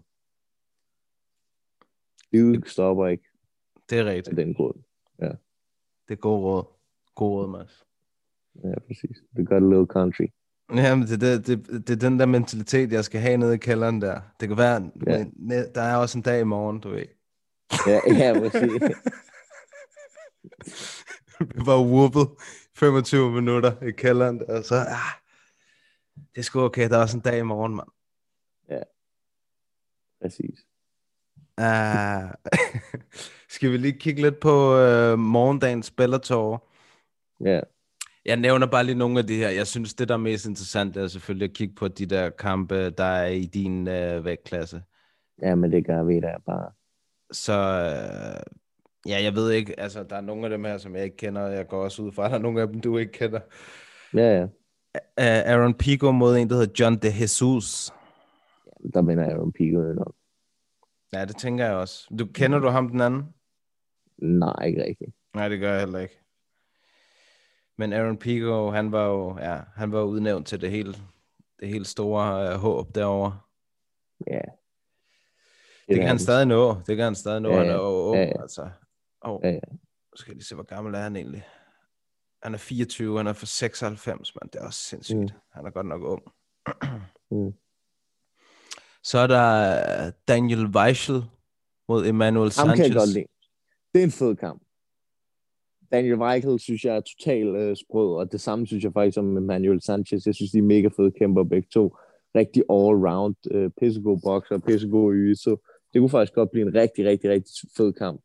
[SPEAKER 6] Livet stopper ikke
[SPEAKER 5] Det er
[SPEAKER 6] af
[SPEAKER 5] rigtigt.
[SPEAKER 6] den grund.
[SPEAKER 5] Det er god råd. God råd, Mads.
[SPEAKER 6] Ja, præcis. We got a little country.
[SPEAKER 5] Jamen, det er den der mentalitet, jeg skal have nede i kælderen der. Det kan være,
[SPEAKER 6] Ja.
[SPEAKER 5] der er også en dag i morgen, du ved.
[SPEAKER 6] Ja, præcis.
[SPEAKER 5] Vi var whoopet 25 minutter i kælderen, og så, det er sgu okay, der er også en dag i morgen, mand.
[SPEAKER 6] Præcis.
[SPEAKER 5] Skal vi lige kigge lidt på morgendagens Bellator?
[SPEAKER 6] Ja.
[SPEAKER 5] Jeg nævner bare lige nogle af de her. Jeg synes, det der er mest interessant, er selvfølgelig at kigge på de der kampe, der er i din vægtklasse.
[SPEAKER 6] Ja, men det gør vi da bare.
[SPEAKER 5] Så ja, jeg ved ikke, altså der er nogle af dem her, som jeg ikke kender. Jeg går også ud fra, at der er nogle af dem, du ikke kender.
[SPEAKER 6] Ja.
[SPEAKER 5] Aaron Pico mod en, der hedder John De Jesus.
[SPEAKER 6] Der vinder Aaron Pico nok.
[SPEAKER 5] Ja, det tænker jeg også. Kender du ham den anden?
[SPEAKER 6] Nej, ikke rigtigt.
[SPEAKER 5] Nej, det gør jeg heller ikke. Men Aaron Pico, han var jo udnævnt til det helt store håb derovre.
[SPEAKER 6] Ja.
[SPEAKER 5] Det kan han stadig nå. Det kan han stadig nå.
[SPEAKER 6] Ja,
[SPEAKER 5] Han er jo
[SPEAKER 6] ja.
[SPEAKER 5] altså.
[SPEAKER 6] Ja.
[SPEAKER 5] Så skal jeg lige se, hvor gammel er han egentlig. Han er 24, han er fra 96, man. Det er også sindssygt. Han er godt nok ung. Så er der Daniel Weichel mod Emmanuel
[SPEAKER 6] Ham kan jeg
[SPEAKER 5] Sanchez.
[SPEAKER 6] godt lide. Det er en fed kamp. Daniel Weichel synes jeg er totalt sprød, og det samme synes jeg faktisk om Emmanuel Sanchez. Jeg synes, de er mega fede kæmper begge to. Rigtig all-round, pissegod bokser, pissegod jiu-jitsu. Det kunne faktisk godt blive en rigtig, rigtig, rigtig fed kamp.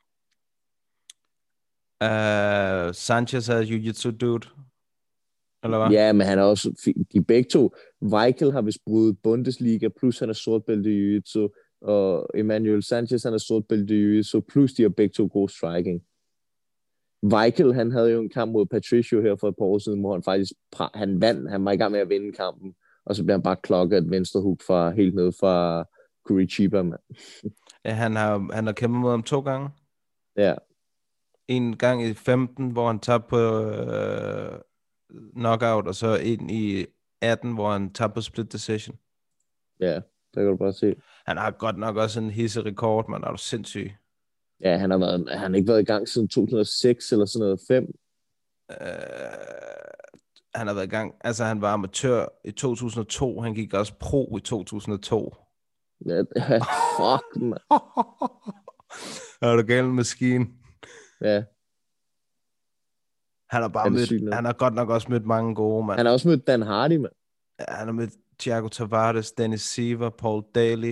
[SPEAKER 5] Sanchez er jiu-jitsu dude. Eller hvad?
[SPEAKER 6] Ja, men han er også... De begge to... Weichel har vist brudt Bundesliga, plus han er sortbælte i jiu-jitsu, og Emmanuel Sanchez, han er sortbælte i jiu-jitsu, plus de har begge to god striking. Weichel, han havde jo en kamp mod Patricio her for et par år siden, hvor han faktisk... Han vandt, han var i gang med at vinde kampen, og så bliver han bare klokket et venstre hook fra helt ned fra Curitiba, mand.
[SPEAKER 5] Ja, han har kæmpet mod ham 2 gange.
[SPEAKER 6] Ja.
[SPEAKER 5] En gang i 15, hvor han tabte på knockout, og så en i 18, hvor han tabte på split decision.
[SPEAKER 6] Ja, det kan du bare se.
[SPEAKER 5] Han har godt nok også en hisse rekord, man er jo sindssyg.
[SPEAKER 6] Ja, han har ikke været i gang siden 2006 eller sådan noget 5.
[SPEAKER 5] Han har været i gang, altså han var amatør i 2002, han gik også pro i 2002.
[SPEAKER 6] Ja, fuck, man.
[SPEAKER 5] Er du galt maskine?
[SPEAKER 6] Ja.
[SPEAKER 5] Han har bare
[SPEAKER 6] sygt nok?
[SPEAKER 5] han har godt nok også mødt mange gode, mand.
[SPEAKER 6] Han har også mødt Dan Hardy, mand.
[SPEAKER 5] Han har mødt Thiago Tavares, Dennis Siver, Paul Daly,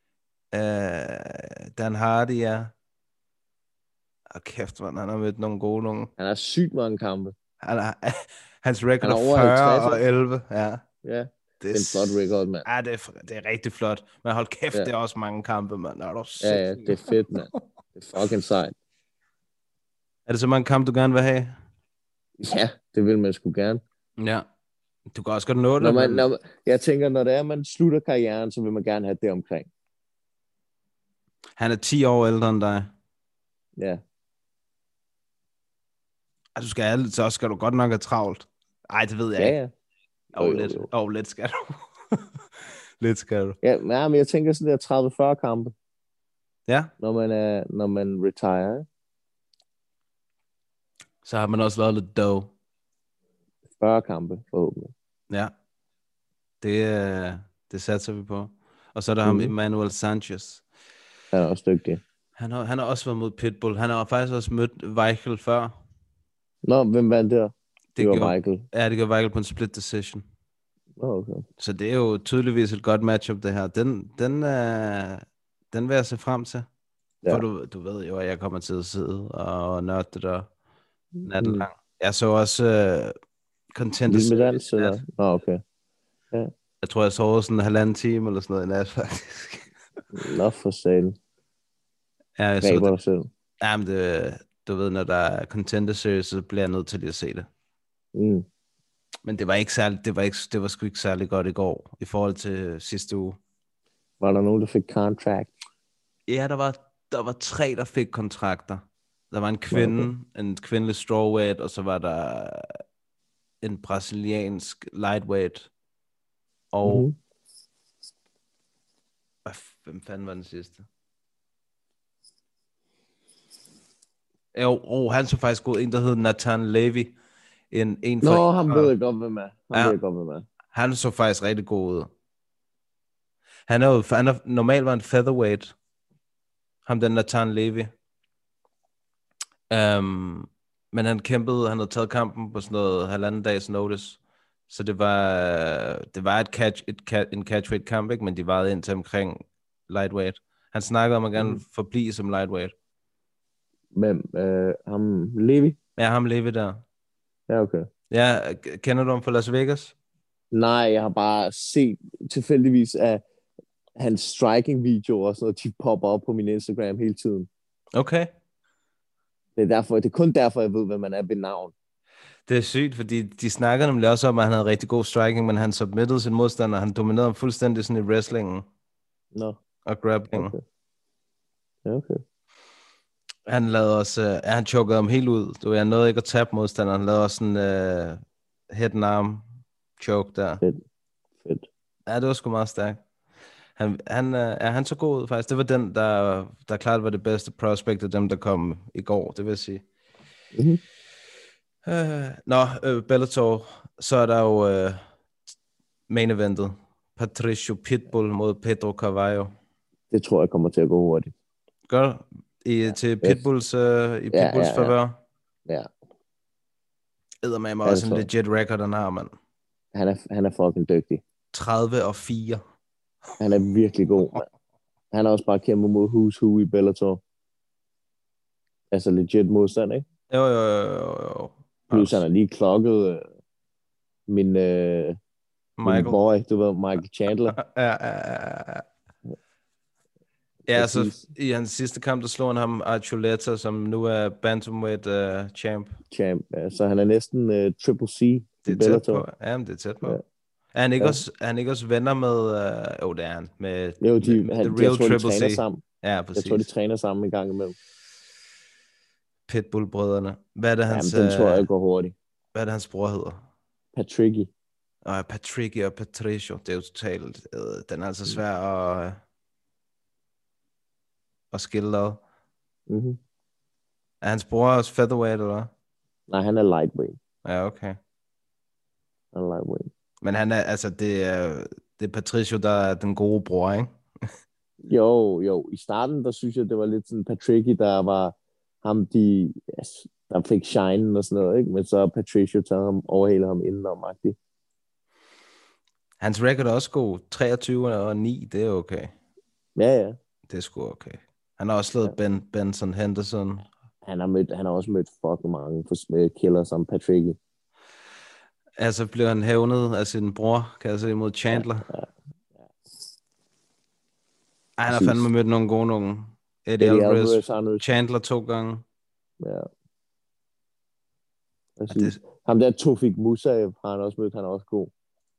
[SPEAKER 5] Dan Hardy, ja. Og kæft, man, han har mødt nogle gode nogle.
[SPEAKER 6] Han har sygt mange kampe.
[SPEAKER 5] Hans record
[SPEAKER 6] Han er
[SPEAKER 5] er
[SPEAKER 6] over
[SPEAKER 5] 40
[SPEAKER 6] 50,
[SPEAKER 5] og 11, ja.
[SPEAKER 6] Ja,
[SPEAKER 5] Det
[SPEAKER 6] en flot record, mand.
[SPEAKER 5] Ja, det er rigtig flot. Men hold kæft,
[SPEAKER 6] Ja.
[SPEAKER 5] det er også mange kampe, mand.
[SPEAKER 6] Ja, det er fedt, mand. Det er fucking sejt.
[SPEAKER 5] Er det så mange kampe, du gerne vil have?
[SPEAKER 6] Ja, det vil man sgu gerne.
[SPEAKER 5] Ja. Du kan også godt nå det.
[SPEAKER 6] Jeg tænker, når det er, man slutter karrieren, så vil man gerne have det omkring.
[SPEAKER 5] Han er 10 år ældre end dig.
[SPEAKER 6] Ja.
[SPEAKER 5] Altså, så skal du godt nok have travlt. Ej, det ved jeg ikke.
[SPEAKER 6] Ja.
[SPEAKER 5] Lidt skal du. Lidt skal du.
[SPEAKER 6] Ja, men jeg tænker sådan der 30-40 kampe,
[SPEAKER 5] Ja.
[SPEAKER 6] når man retire.
[SPEAKER 5] Så har man også lavet lidt dough.
[SPEAKER 6] 40 kampe, forhåbentlig.
[SPEAKER 5] Ja. Det satser vi på. Og så er der ham Emmanuel Sanchez.
[SPEAKER 6] Han er også dygtig.
[SPEAKER 5] Han har også været mod Pitbull. Han har faktisk også mødt Weichel før.
[SPEAKER 6] Nå, hvem vandt der? Det var Michael.
[SPEAKER 5] Ja, det gjorde Weichel på en split decision.
[SPEAKER 6] Okay.
[SPEAKER 5] Så det er jo tydeligvis et godt matchup, det her. Den vil jeg se frem til. Ja. For du ved jo, at jeg kommer til at sidde og nørde det der natten lang. Jeg så også Contender
[SPEAKER 6] Series. Med dans, eller? Nå, okay. Ja.
[SPEAKER 5] Jeg tror, jeg sov sådan 1,5 time eller sådan noget i nat, faktisk.
[SPEAKER 6] Nå, for salen.
[SPEAKER 5] Ja, jeg
[SPEAKER 6] så
[SPEAKER 5] så det. Jamen, du ved, når der er Contender Series, så bliver jeg nødt til lige at se det.
[SPEAKER 2] Mm.
[SPEAKER 5] Men det var ikke særlig, det var sgu ikke særlig godt i går, i forhold til sidste uge.
[SPEAKER 2] Var der nogen, der fik contract?
[SPEAKER 5] Ja, der var 3, der fik kontrakter. Der var en kvinde, en kvindelig strawweight, og så var der en brasiliansk lightweight. Og hvem fanden var den sidste? Jo, han så faktisk god. En, der hed Nathan Levy. En
[SPEAKER 2] Nå, ham ved jeg godt, hvem er.
[SPEAKER 5] Han så faktisk rigtig god ud. Han er normalt var en featherweight. Ham den Nathan Levy. Men han havde taget kampen på sådan noget 1,5 dages notice. Så det var en catchweight kamp, ikke? Men de varede ind til omkring lightweight. Han snakkede om at gerne forblive som lightweight.
[SPEAKER 2] Hvem? Ham Levi?
[SPEAKER 5] Ja, ham Levi der.
[SPEAKER 2] Ja, okay.
[SPEAKER 5] Ja, kender du ham fra Las Vegas?
[SPEAKER 2] Nej, jeg har bare set tilfældigvis af hans striking-videoer og sådan noget, de popper op på min Instagram hele tiden.
[SPEAKER 5] Okay.
[SPEAKER 2] Det er kun derfor, jeg ved, hvad man er ved navn.
[SPEAKER 5] Det er sygt, fordi de snakker nemlig også om, at han havde rigtig god striking, men han submittede sin modstander, han dominerede ham fuldstændig sådan i wrestlingen.
[SPEAKER 2] Nå.
[SPEAKER 5] Og grappling.
[SPEAKER 2] Okay. Ja, okay.
[SPEAKER 5] Han lavede også, han chokede ham helt ud. Han nåede ikke at tabe modstanderen. Han lavede også en head and arm choke der.
[SPEAKER 2] Fedt.
[SPEAKER 5] Ja, det var sgu meget stærkt. Han så god ud faktisk. Det var den, der klart var det bedste prospect af dem, der kom i går, det vil jeg sige.
[SPEAKER 2] Mm-hmm.
[SPEAKER 5] Bellator, så er der jo main eventet. Patricio Pitbull mod Pedro Carvalho.
[SPEAKER 2] Det tror jeg kommer til at gå hurtigt.
[SPEAKER 5] Gør til Pitbulls favør.
[SPEAKER 2] Ja.
[SPEAKER 5] Eddermame også en legit record, han har, mand.
[SPEAKER 2] Han er fucking dygtig.
[SPEAKER 5] 30-4.
[SPEAKER 2] Han er virkelig god, mand. Han har også bare kæmpet mod who's who i Bellator. Altså legit modstand, ikke?
[SPEAKER 5] Jo.
[SPEAKER 2] Plus han er lige klokket min boy, du ved, Michael Chandler.
[SPEAKER 5] Ja, så i hans sidste kamp, der slog han ham Archuleta, som nu er bantamweight champ.
[SPEAKER 2] Ja, så han er næsten Triple C.
[SPEAKER 5] Det er tæt på. Ja, men det er tæt på. Ja. Er han ikke også venner med... det er han. Med
[SPEAKER 2] The Real Triple C.
[SPEAKER 5] Sammen. Ja, præcis.
[SPEAKER 2] Jeg tror, de træner sammen en gang imellem.
[SPEAKER 5] Pitbull-brødrene. Hvad er det, hans...
[SPEAKER 2] Jamen, den tror jeg går hurtigt.
[SPEAKER 5] Hvad er det, hans bror hedder?
[SPEAKER 2] Patricky.
[SPEAKER 5] Patricky og Patricio. Det er jo totalt... Den er altså svær at skille ad.
[SPEAKER 2] Mm-hmm.
[SPEAKER 5] Er hans bror også featherweight, eller?
[SPEAKER 2] Nej, han er lightweight.
[SPEAKER 5] Ja, okay.
[SPEAKER 2] Han er lightweight.
[SPEAKER 5] Men han er, altså, det er Patricio, der er den gode bror, ikke?
[SPEAKER 2] Jo. I starten, der synes jeg, det var lidt sådan Patricky, der var ham, der fik shine og sådan noget, ikke? Men så har Patricio taget ham, overhældet ham indenom-agtigt.
[SPEAKER 5] Hans record er også god. 23-9, det er okay.
[SPEAKER 2] Ja.
[SPEAKER 5] Det er sgu okay. Han har også slået Benson Henderson.
[SPEAKER 2] Han har også mødt fucking mange killer som Patricky.
[SPEAKER 5] Altså blev han hævnet af sin bror, kan jeg se, mod Chandler. Ja. Han har fandme mødt nogle gode nogen. Eddie Alvarez, Chandler 2 gange.
[SPEAKER 2] Ja. Ham der Tofik Musaev har han også mødt, han er også god.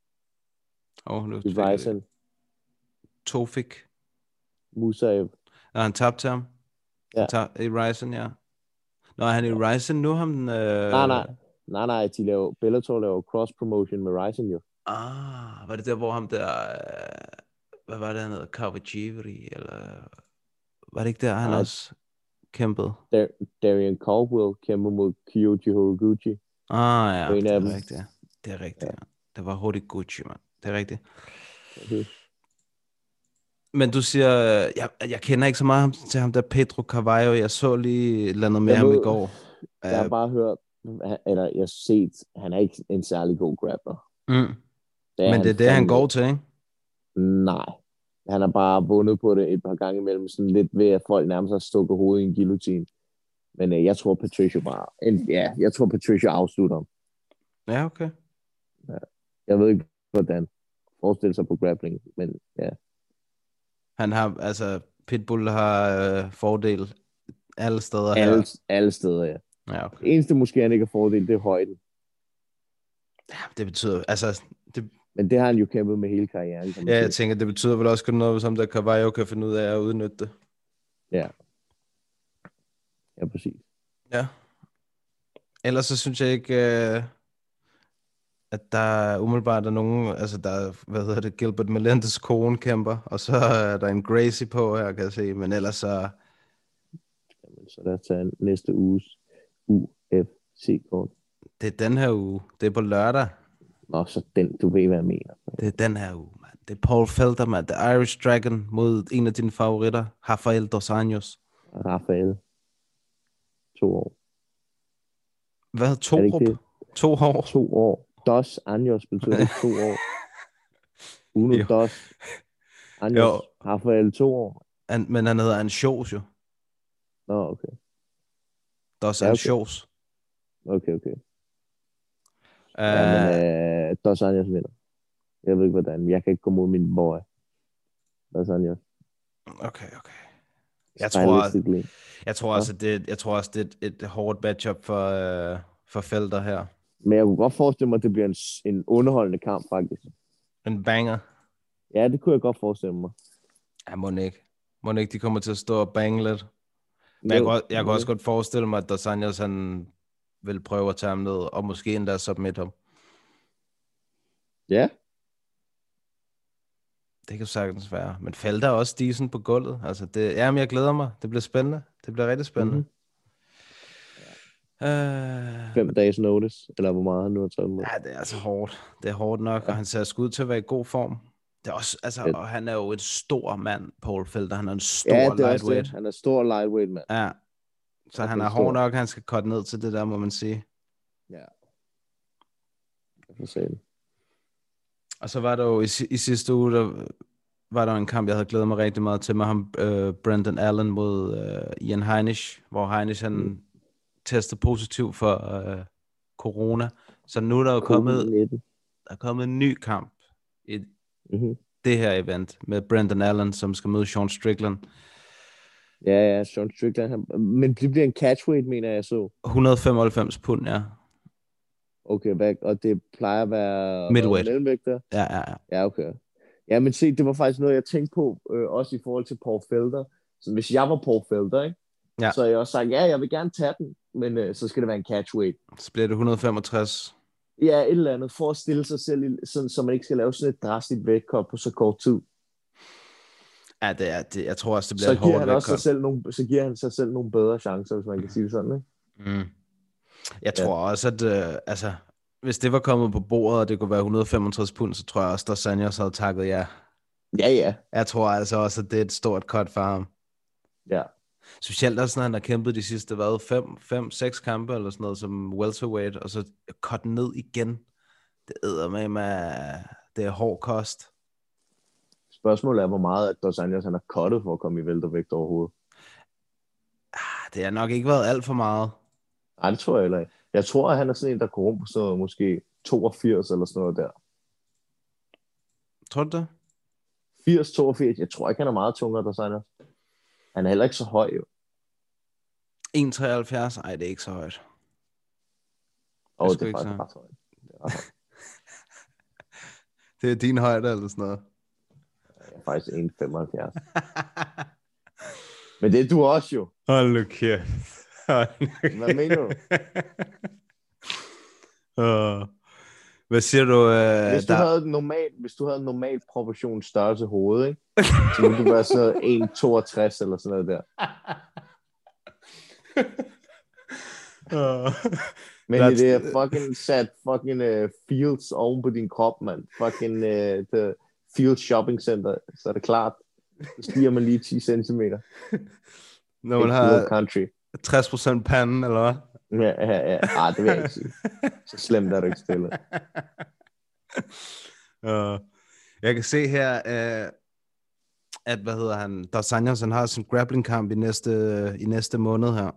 [SPEAKER 5] Nu Tofik
[SPEAKER 2] Musaev.
[SPEAKER 5] Er han tabt til ham?
[SPEAKER 2] Ja.
[SPEAKER 5] I Ryzen, ja. Nå, er han i Ryzen nu?
[SPEAKER 2] Nej, Bellator laver cross-promotion med Ryzen jo.
[SPEAKER 5] Var det der, hvor ham der... hvad var det, han hedder? Kawajiri, eller... Var det ikke der, han også kæmpede?
[SPEAKER 2] Darian Caldwell kæmper mod Kyoji Horiguchi.
[SPEAKER 5] Ja, det er rigtigt. Det er rigtigt, ja. Det var Horiguchi, mand. Det er rigtigt.
[SPEAKER 2] Okay.
[SPEAKER 5] Men du siger, jeg kender ikke så meget til ham der Pedro Carvalho. Jeg så lige landet med ham i går.
[SPEAKER 2] Jeg har bare hørt, eller jeg har set, han er ikke en særlig god grappler.
[SPEAKER 5] Men det er det, han går til, ikke?
[SPEAKER 2] Nej. Han har bare vundet på det et par gange imellem, sådan lidt ved, at folk nærmest har stukket hovedet i en guillotine. Men jeg tror, Patricio afslutter ham.
[SPEAKER 5] Ja, okay.
[SPEAKER 2] Ja. Jeg ved ikke, hvordan forestille sig på grappling, men ja.
[SPEAKER 5] Han har, altså, Pitbull har fordel. Alle steder her.
[SPEAKER 2] Alle steder, ja.
[SPEAKER 5] Ja, okay.
[SPEAKER 2] Det eneste måske, han ikke har fordel, det er højden.
[SPEAKER 5] Ja, det betyder, altså,
[SPEAKER 2] Men det har han jo kæmpet med hele karrieren. Kan man
[SPEAKER 5] ja,
[SPEAKER 2] sige.
[SPEAKER 5] jeg tænker, det betyder vel også noget, hvis ham der Carvalho kan finde ud af at udnytte det.
[SPEAKER 2] Ja, præcis.
[SPEAKER 5] Ja. Ellers så synes jeg ikke, at der umiddelbart er nogen, altså der er, Gilbert Melendez kone kæmper, og så er der en Gracie på her, kan jeg se, men ellers så...
[SPEAKER 2] Jamen, så lad os tage næste uges UFC-kort.
[SPEAKER 5] Det er den her uge, det er på lørdag.
[SPEAKER 2] Nå, så den, du ved, hvad jeg mener.
[SPEAKER 5] Det er den her uge, mand. Det er Paul Felder, mand. The Irish Dragon mod en af dine favoritter, Rafael Dos Anjos.
[SPEAKER 2] Rafael. 2 år.
[SPEAKER 5] Hvad?
[SPEAKER 2] Er det ikke det?
[SPEAKER 5] 2 år?
[SPEAKER 2] 2 år. Dos Anjos betyder ikke 2 år. Uno
[SPEAKER 5] Jo.
[SPEAKER 2] Dos Anjos.
[SPEAKER 5] Jo.
[SPEAKER 2] Rafael 2 år.
[SPEAKER 5] Men han hedder Anjos jo.
[SPEAKER 2] Nå, okay.
[SPEAKER 5] Dos
[SPEAKER 2] Ja, okay.
[SPEAKER 5] Anjos.
[SPEAKER 2] Okay. Ja, men Dos Anjos vinder. Jeg ved ikke, hvordan. Jeg kan ikke gå mod min boy. Dos Anjos.
[SPEAKER 5] Okay. Jeg tror
[SPEAKER 2] Stylistically.
[SPEAKER 5] også, det er et hårdt matchup for Felder her.
[SPEAKER 2] Men jeg kunne godt forestille mig, at det bliver en underholdende kamp, faktisk.
[SPEAKER 5] En banger.
[SPEAKER 2] Ja, det kunne jeg godt forestille mig.
[SPEAKER 5] Ja, må ikke de kommer til at stå og bange lidt. Men
[SPEAKER 2] Jo,
[SPEAKER 5] jeg kan også godt forestille mig, at Dos Anjos, han vil prøve at tage ham ned, og måske endda submit ham.
[SPEAKER 2] Ja,
[SPEAKER 5] Det kan sagtens være. Men Felder er også decent på gulvet. Altså men jeg glæder mig. Det bliver spændende. Det bliver rigtig spændende.
[SPEAKER 2] 5 dages notice, eller hvor meget han nu har taget med.
[SPEAKER 5] Ja, det er altså hårdt. Det er hårdt nok, og han ser sgu ud til at være i god form. Det er også, altså, og han er jo en stor mand, Paul Felder. Han er en stor
[SPEAKER 2] Ja, det er også
[SPEAKER 5] lightweight.
[SPEAKER 2] det. Han er stor lightweight, mand.
[SPEAKER 5] Ja. Så han er
[SPEAKER 2] er
[SPEAKER 5] hård
[SPEAKER 2] stor.
[SPEAKER 5] nok, han skal cutte ned til det der, må man sige.
[SPEAKER 2] Ja. Jeg får se det.
[SPEAKER 5] Og så var der jo i sidste uge, der var der en kamp, jeg havde glædet mig rigtig meget til med ham, Brendan Allen mod Ian Heinisch, hvor Heinisch han testede positiv for corona. Så nu er der jo kommet en ny kamp i det her event med Brendan Allen, som skal møde Sean Strickland.
[SPEAKER 2] Ja, Sean Strickland. Men det bliver en catchweight, mener jeg så.
[SPEAKER 5] 195 pund, ja.
[SPEAKER 2] Okay, og det plejer at være
[SPEAKER 5] Middleweight.
[SPEAKER 2] mellemvægter.
[SPEAKER 5] Ja.
[SPEAKER 2] Ja, okay. Ja, men se, det var faktisk noget, jeg tænkte på, også i forhold til Paul Felder. Så hvis jeg var Paul Felder, ikke?
[SPEAKER 5] Ja.
[SPEAKER 2] Så har jeg også sagt, ja, jeg vil gerne tage den, men så skal det være en catchweight.
[SPEAKER 5] Så bliver det 165.
[SPEAKER 2] Ja, et eller andet, for at stille sig selv, sådan, så man ikke skal lave sådan et drastisk vægtcut på så kort tid.
[SPEAKER 5] Ja, det er det. Jeg tror også, det bliver et hårdt
[SPEAKER 2] Så giver han sig selv nogle bedre chancer, hvis man kan sige det sådan, ikke?
[SPEAKER 5] Mm. Jeg tror også, at hvis det var kommet på bordet, og det kunne være 165 pund, så tror jeg også, at Dos Anjos havde takket ja.
[SPEAKER 2] Ja.
[SPEAKER 5] Jeg tror altså også, at det er et stort cut for ham.
[SPEAKER 2] Ja.
[SPEAKER 5] Specielt også, når han har kæmpet de sidste, 5-6 kampe, eller sådan noget, som welterweight, og så cut ned igen. Det det er hård kost.
[SPEAKER 2] Spørgsmålet er, hvor meget at Dos Anjos han har cuttet for at komme i weltervægt overhovedet.
[SPEAKER 5] Det har nok ikke været alt for meget.
[SPEAKER 2] Nej, det tror jeg heller ikke. Jeg tror, at han er sådan en, der går rundt på sådan noget, måske 82 eller sådan noget der.
[SPEAKER 5] Tror du det?
[SPEAKER 2] 80-82. Jeg tror ikke, han er meget tungere, Dos Anjos. Han er heller ikke så høj, jo.
[SPEAKER 5] 1,73? Ej, det er ikke så højt.
[SPEAKER 2] Det er faktisk ret højt.
[SPEAKER 5] Det er din højde eller sådan noget?
[SPEAKER 2] Jeg er faktisk 1,75. Men det er du også, jo.
[SPEAKER 5] Hold nu kæft.
[SPEAKER 2] Hvad mener du?
[SPEAKER 5] Hvad siger du?
[SPEAKER 2] Hvis du havde en normal proportion størrelse hoved, ikke? Så ville du være så 1,62 eller sådan noget der. Men det er fucking sat Fields oven på din krop, mand. Fucking the Fields Shopping Center, så er det klart. Så stiger man lige 10 centimeter.
[SPEAKER 5] Når man har
[SPEAKER 2] country.
[SPEAKER 5] 60% panden, eller hvad?
[SPEAKER 2] Ja. Det vil jeg ikke sige. Så slemt er du ikke stillet.
[SPEAKER 5] Jeg kan se her, at, Dos Anjos, han har sin grappling-kamp i næste måned her.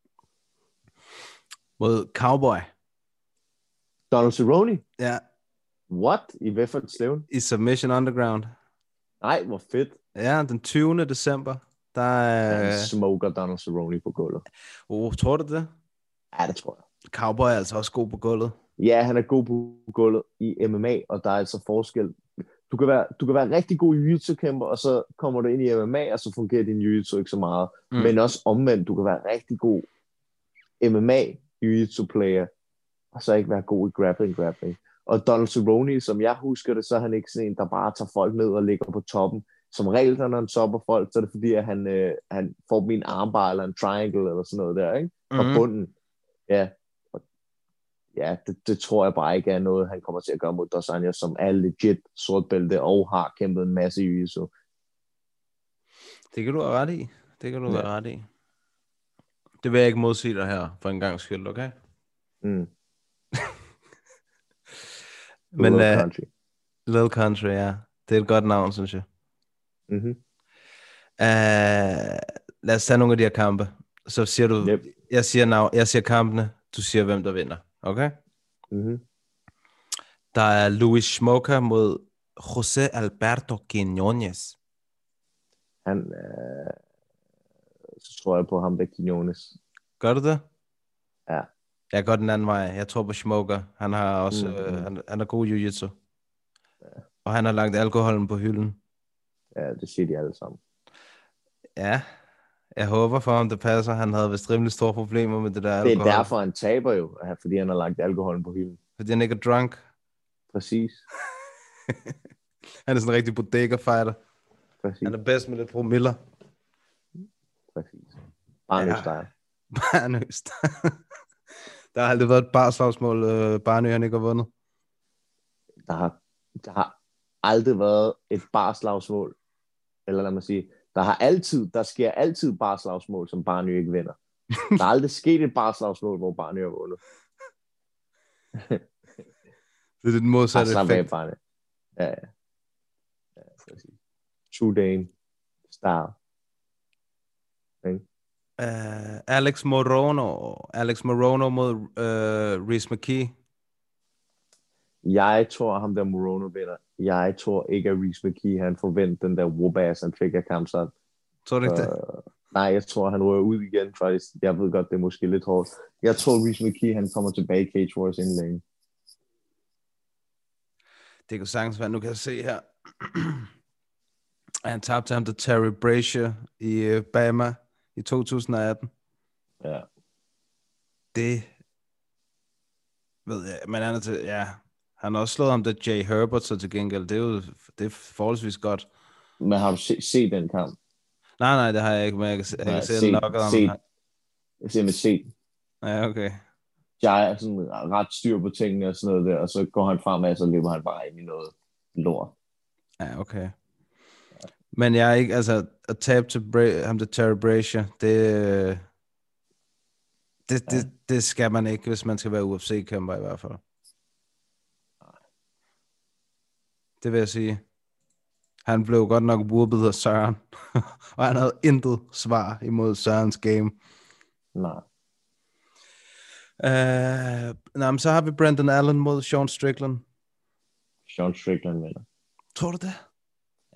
[SPEAKER 5] Mod Cowboy.
[SPEAKER 2] Donald Cerrone?
[SPEAKER 5] Ja.
[SPEAKER 2] What? I hvad for et stævn?
[SPEAKER 5] I Submission Underground.
[SPEAKER 2] Nej, hvor fedt.
[SPEAKER 5] Ja, den 20. december. Der er...
[SPEAKER 2] Han smoker Donald Cerrone på gulvet.
[SPEAKER 5] Tror du det?
[SPEAKER 2] Ja, det tror jeg.
[SPEAKER 5] Cowboy er altså også god på gulvet.
[SPEAKER 2] Ja, han er god på gulvet i MMA, og der er altså forskel. Du kan være rigtig god jiu-jitsu-kæmper, og så kommer du ind i MMA, og så fungerer din jiu-jitsu ikke så meget. Men også omvendt, du kan være rigtig god MMA jiu-jitsu-player, og så ikke være god i grappling. Og Donald Cerrone, som jeg husker det, så er han ikke sådan en, der bare tager folk ned og ligger på toppen. Som regel, når han topper folk, så er det fordi, at han får dem i en armbar eller en triangle eller sådan noget der, ikke? Fra bunden. Ja. Ja, det tror jeg bare ikke er noget, han kommer til at gøre mod Dos Anjos, som er legit sortbælte og har kæmpet en masse jiu-jitsu.
[SPEAKER 5] Det kan du have ret i. Være ret i. Det vil jeg ikke modsige dig her, for en gang skyld, okay? Men
[SPEAKER 2] Little Country.
[SPEAKER 5] Little Country, ja. Det er et godt navn, synes jeg. Lad os tage nogle af de her kampe. Så siger du, jeg siger kampene, du siger, hvem der vinder. Okay? Der er Luis Smolka mod José Alberto Quiñones.
[SPEAKER 2] Så tror jeg på ham, der Quiñones.
[SPEAKER 5] Gør du det?
[SPEAKER 2] Ja.
[SPEAKER 5] Jeg går den anden vej. Jeg tror på Smolka. Han har også han er god jiu-jitsu. Og han har lagt alkoholen på hylden. Ja,
[SPEAKER 2] det siger de alle sammen.
[SPEAKER 5] Ja, jeg håber for ham, det passer. Han havde vist rimelig store problemer med det der alkohol.
[SPEAKER 2] Det er derfor, han taber jo, fordi han har lagt alkoholen på hylden.
[SPEAKER 5] Fordi han ikke er drunk.
[SPEAKER 2] Præcis.
[SPEAKER 5] Han er sådan en rigtig bodega-fighter.
[SPEAKER 2] Præcis.
[SPEAKER 5] Han er bedst med lidt promiller.
[SPEAKER 2] Præcis. Barnøs-style.
[SPEAKER 5] Barnøs. Der har aldrig været et barslagsmål, Barnø han ikke har vundet.
[SPEAKER 2] Der har aldrig været et barslagsmål. Eller lad mig sige, der sker altid barslagsmål, som Barnø ikke vinder. Der er aldrig sket et barslagsmål, hvor Barnø har vundet.
[SPEAKER 5] Det er den modsatte effekt.
[SPEAKER 2] Ja, præcis. True Dane style. Okay.
[SPEAKER 5] Alex Morono mod Rhys McKee.
[SPEAKER 2] Jeg tror, ham der Morono vinder. Jeg tror ikke, at Rhys McKee, han forventer den der whoop-ass, han fik af kampstart.
[SPEAKER 5] Tror du ikke det?
[SPEAKER 2] Nej, jeg tror, han rører ud igen, faktisk. Jeg ved godt, det er måske lidt hårdt. Jeg tror, Rhys McKee, han kommer tilbage i Cage Wars inden længe.
[SPEAKER 5] Det kan sagtens være, nu kan jeg se her. Han tabte ham til Terry Brazier i Bama i 2018.
[SPEAKER 2] Ja.
[SPEAKER 5] Det ved jeg, men han er til, ja. Han har også slået ham til Jay Herbert, så til gengæld, det er forholdsvis godt.
[SPEAKER 2] Men har du set den kamp?
[SPEAKER 5] Nej, det har jeg ikke, men jeg kan se nok om ham.
[SPEAKER 2] Jeg ser med set.
[SPEAKER 5] Ja, okay.
[SPEAKER 2] Jeg er sådan ret styr på tingene og sådan noget der, og så går han fremad, og så løber han bare ind i noget lort.
[SPEAKER 5] Ja, okay. Men jeg er ikke, altså, at tabe til ham til Terry Brazier, det skal man ikke, hvis man skal være UFC-kæmper i hvert fald. Det vil jeg sige. Han blev godt nok whoopet af Søren, og han havde intet svar imod Sørens game.
[SPEAKER 2] Nej.
[SPEAKER 5] Men så har vi Brendan Allen mod Sean Strickland.
[SPEAKER 2] Sean Strickland vinder.
[SPEAKER 5] Tror du det?
[SPEAKER 2] Ja.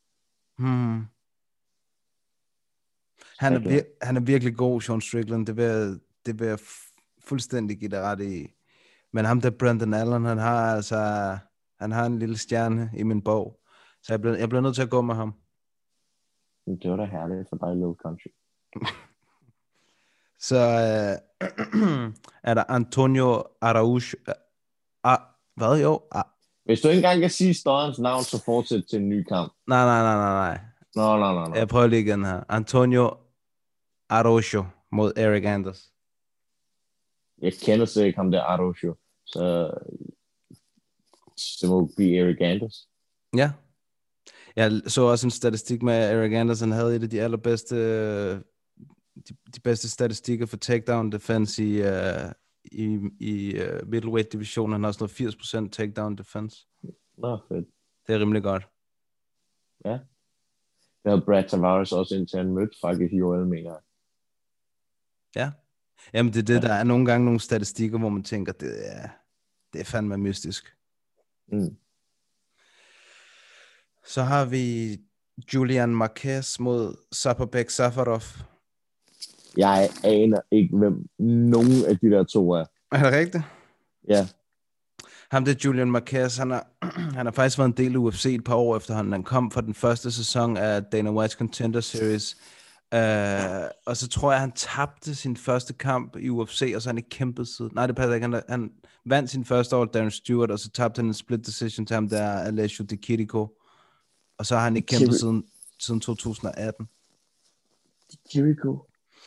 [SPEAKER 5] Han er virkelig god, Sean Strickland. Det vil jeg fuldstændig give dig ret i. Men ham der Brendan Allen, han har en lille stjerne i min bog. Så jeg bliver nødt til at gå med ham.
[SPEAKER 2] Det var da herligt for dig, Little Country.
[SPEAKER 5] Så er der Antonio Araújo. Hvad jo?
[SPEAKER 2] Hvis du ikke engang kan sige størrens navn, så fortsæt til en ny kamp.
[SPEAKER 5] Nej.
[SPEAKER 2] Nå.
[SPEAKER 5] Jeg prøver lige igen her. Antonio Araújo mod Eric Anders.
[SPEAKER 2] Jeg kender så ikke ham der Araújo, så det må blive Eric Anders.
[SPEAKER 5] Ja. Jeg så også en statistik med, at Eric Anders havde et af de allerbedste, de bedste statistikker for takedown defense i middleweight divisionen. Han har også noget 80% takedown defense.
[SPEAKER 2] Nå, fedt.
[SPEAKER 5] Det er rimelig godt.
[SPEAKER 2] Ja. Det havde Brad Tavares også indtil han mødte faktisk i OL, mener jeg.
[SPEAKER 5] Ja. Jamen det er det, der er nogle gange nogle statistikker, hvor man tænker, det er fandme mystisk.
[SPEAKER 2] Mm.
[SPEAKER 5] Så har vi Julian Marquez mod Saparbek Safarov.
[SPEAKER 2] Jeg aner ikke, hvem nogen af de der to er.
[SPEAKER 5] Er det rigtigt?
[SPEAKER 2] Ja.
[SPEAKER 5] Ham det Julian Marquez, han har faktisk været en del af UFC et par år efter han kom fra den første sæson af Dana White's Contender Series. Og så tror jeg, han tabte sin første kamp i UFC, og så han ikke kæmpet siden. Nej, det passer ikke. Han vandt sin første år, Darren Stewart, og så tabte han en split decision til ham, der Alessio Di Chirico. Og så har han ikke kæmpet siden 2018.
[SPEAKER 2] Di Chirico.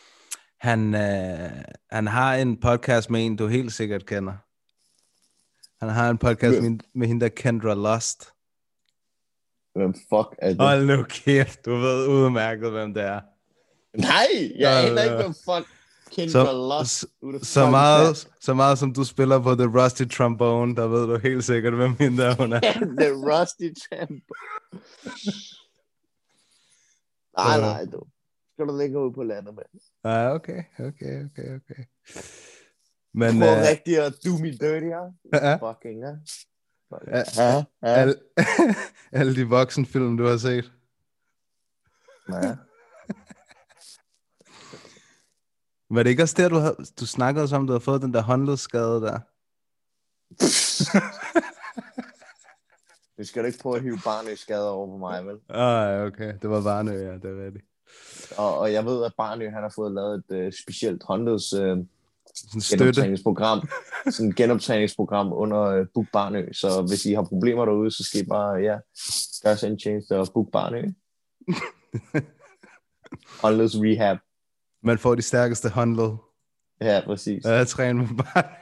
[SPEAKER 5] Han har en podcast med en, du helt sikkert kender. Han har en podcast med hende, der Kendra Lust.
[SPEAKER 2] Hvem fuck er det?
[SPEAKER 5] Hold nu kæft, du ved udmærket, hvem det er.
[SPEAKER 2] Nej, jeg aner ikke, hvem fuck Kendra Lust.
[SPEAKER 5] Så meget som du spiller på The Rusty Trombone, der ved du helt sikkert, hvem hende der hun er.
[SPEAKER 2] The Rusty Trombone. Nej, du. Skal du ligge ud på landet med?
[SPEAKER 5] Ja, okay. Men
[SPEAKER 2] prøv rigtig at do me dirty, ja? Fucking, ja.
[SPEAKER 5] Alle de voksenfilm, du har set.
[SPEAKER 2] Ja.
[SPEAKER 5] Var det ikke også der, du snakkede også om, du havde fået den der håndledsskade der?
[SPEAKER 2] Du skal da ikke prøve at hive Barnø-skader over på mig, vel?
[SPEAKER 5] Okay. Det var Barnø, ja, det er rigtigt.
[SPEAKER 2] Og jeg ved, at Barnø, han har fået lavet et specielt håndleds genoptræningsprogram under Book Barnø. Så hvis I har problemer derude, så skal I bare, gøre sig en tjeneste og Book Barnø. Håndleds rehab.
[SPEAKER 5] Man får de stærkeste håndled.
[SPEAKER 2] Ja, præcis.
[SPEAKER 5] Jeg træner med Barnø.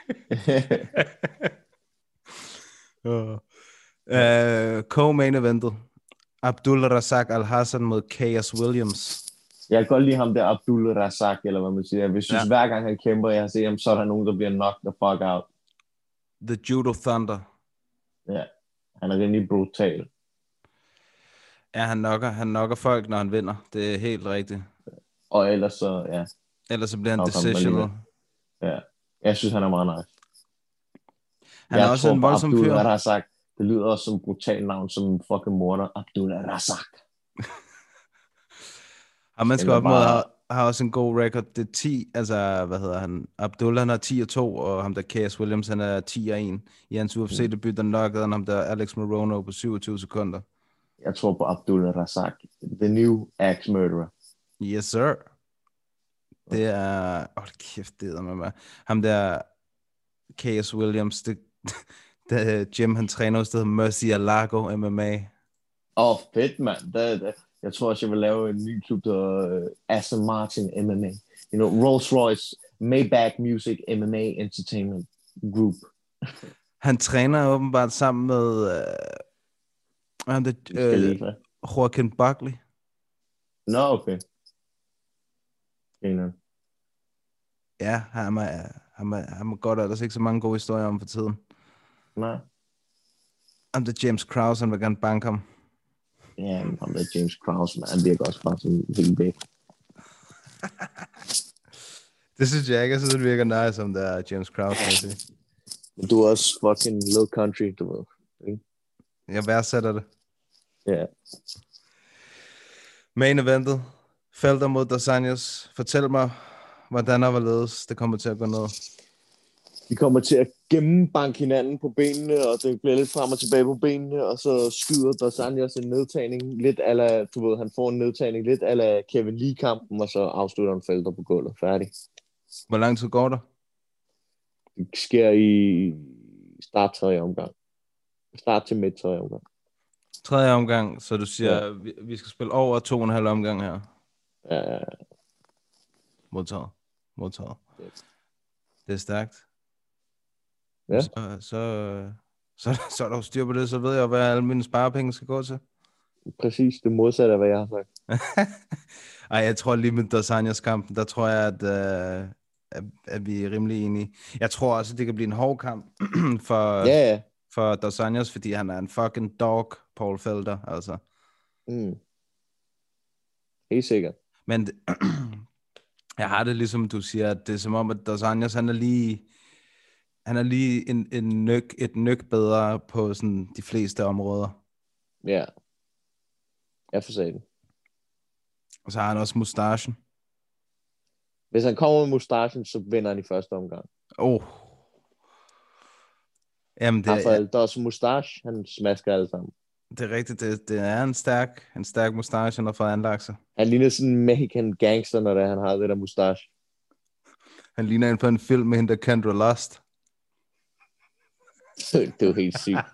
[SPEAKER 5] Co-main eventet. Abdul Razak Al-Hassan mod Chaos Williams.
[SPEAKER 2] Jeg kan godt lide ham der Abdul Razak, eller hvad man siger. Jeg synes, hver gang han kæmper, jeg har set ham, så er der nogen, der bliver knocked the fuck out.
[SPEAKER 5] The Judo Thunder.
[SPEAKER 2] Ja, han er rimelig brutal.
[SPEAKER 5] Ja, han knocker folk, når han vinder. Det er helt rigtigt.
[SPEAKER 2] Og ellers så, ja.
[SPEAKER 5] Ellers så bliver han decisional.
[SPEAKER 2] Ja, jeg synes, han er meget nice.
[SPEAKER 5] Han er også en voldsom fyr.
[SPEAKER 2] Abdul Razak. Det lyder også som et brutalt navn, som en fucking morder. Abdul Razak.
[SPEAKER 5] Og man skal op mod, har også en god record. Det er 10, altså, hvad hedder han? Abdul, han har 10-2, og ham der Chaos Williams, han er 10-1. I hans UFC-debut, der knockede han ham der Alex Morono på 27 sekunder.
[SPEAKER 2] Jeg tror på Abdul Razak. The new axe murderer.
[SPEAKER 5] Yes, sir. Det er... kæft, det er med mig. Ham der Chaos Williams, det Jim, han træner hos, der hedder Murcielago MMA.
[SPEAKER 2] Fedt, mand. Jeg tror også, jeg vil lave en ny klub, der hedder Aston Martin MMA. You know, Rolls-Royce, Maybach Music MMA Entertainment Group.
[SPEAKER 5] Han træner åbenbart sammen med Joaquin Buckley.
[SPEAKER 2] Nå, okay.
[SPEAKER 5] Ja, han godt, og der er ikke så mange gode historier om for tiden.
[SPEAKER 2] Nej.
[SPEAKER 5] Om det James Krause, han vil gerne banke ham.
[SPEAKER 2] Ja, om det James Krause, man, han virker også bare sådan helt væk.
[SPEAKER 5] Det synes jeg ikke, jeg synes, det virker nice, om det er James Krause.
[SPEAKER 2] Men du er også fucking low country, du ved. Ikke?
[SPEAKER 5] Jeg værdsætter det.
[SPEAKER 2] Ja. Yeah.
[SPEAKER 5] Main eventet. Felder mod Dos Anjos. Fortæl mig, hvordan og hvorledes det kommer til at gå ned.
[SPEAKER 2] De kommer til at gennembanke hinanden på benene, og det bliver lidt frem og tilbage på benene, og så skyder Dos Anjos en nedtagning, lidt ala, du ved, han får en nedtagning, lidt ala Kevin Lee-kampen, og så afslutter han Felder på gulvet. Færdig.
[SPEAKER 5] Hvor lang tid går der?
[SPEAKER 2] Det sker i start tredje omgang. Start til midt tredje omgang.
[SPEAKER 5] Tredje omgang, så du siger, vi skal spille over 2,5 omgang her.
[SPEAKER 2] Ja.
[SPEAKER 5] Modtaget.
[SPEAKER 2] Yes.
[SPEAKER 5] Det er stærkt.
[SPEAKER 2] Ja.
[SPEAKER 5] Så er der jo styr på det, så ved jeg, hvad alle mine sparepenge skal gå til.
[SPEAKER 2] Præcis det modsatte af, hvad jeg har sagt.
[SPEAKER 5] Ej, jeg tror lige med Dos Anjos-kampen, der tror jeg, at vi er rimelig enige. Jeg tror også, at det kan blive en hård kamp for Dos Anjos, fordi han er en fucking dog, Paul Felder, altså.
[SPEAKER 2] Helt sikkert.
[SPEAKER 5] Men jeg har det ligesom, du siger, at det er som om, at Dos Anjos, han er lige et nøk bedre på sådan de fleste områder.
[SPEAKER 2] Ja. Jeg får sagt det.
[SPEAKER 5] Og så har han også mustachen.
[SPEAKER 2] Hvis han kommer med mustachen, så vinder han i første omgang.
[SPEAKER 5] Jamen,
[SPEAKER 2] Rafael Dos Mustache, han smasker alle sammen.
[SPEAKER 5] det er rigtigt. Det er en stærk mustache, han har fået anlagt sig.
[SPEAKER 2] Han ligner sådan en Mexican gangster, når han har det der mustache.
[SPEAKER 5] Han ligner en på en film med hende, der Kendra Lust.
[SPEAKER 2] Det er jo helt sygt.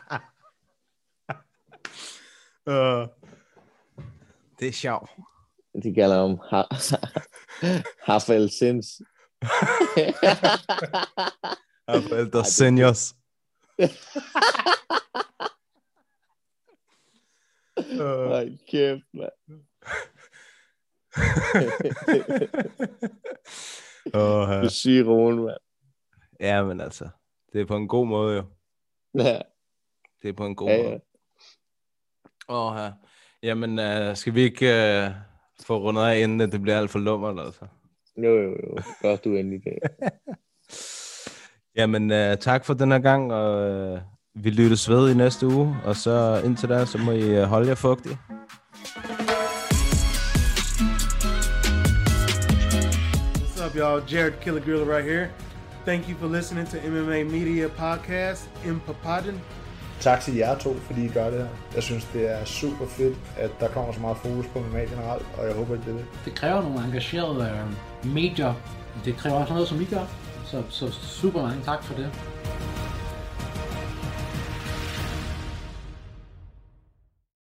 [SPEAKER 5] Det er sjovt.
[SPEAKER 2] De kalder ham Rafael Sins.
[SPEAKER 5] Rafael Dos Seniors.
[SPEAKER 2] Ej, kæft, mand. Du siger roen, mand.
[SPEAKER 5] Ja, men altså, det er på en god måde jo.
[SPEAKER 2] Ja.
[SPEAKER 5] Det er på en god måde. Ja. Jamen, skal vi ikke få rundet af, inden det bliver alt for lummert, altså?
[SPEAKER 2] Jo. Godt, du endelig det.
[SPEAKER 5] Jamen, tak for den her gang, og vi lyttes ved i næste uge, og så indtil da, så må I holde jer fugtige.
[SPEAKER 1] What's up, y'all? Jared Killer Gorilla right here. Thank you for listening to MMA Media Podcast in Papadon.
[SPEAKER 7] Tak til jer to, fordi I gør det her. Jeg synes, det er super fedt, at der kommer så meget fokus på MMA generelt, og jeg håber, at det er det.
[SPEAKER 8] Det kræver nogle engagerede medier. Det kræver også noget, som I gør. Så super mange tak for det.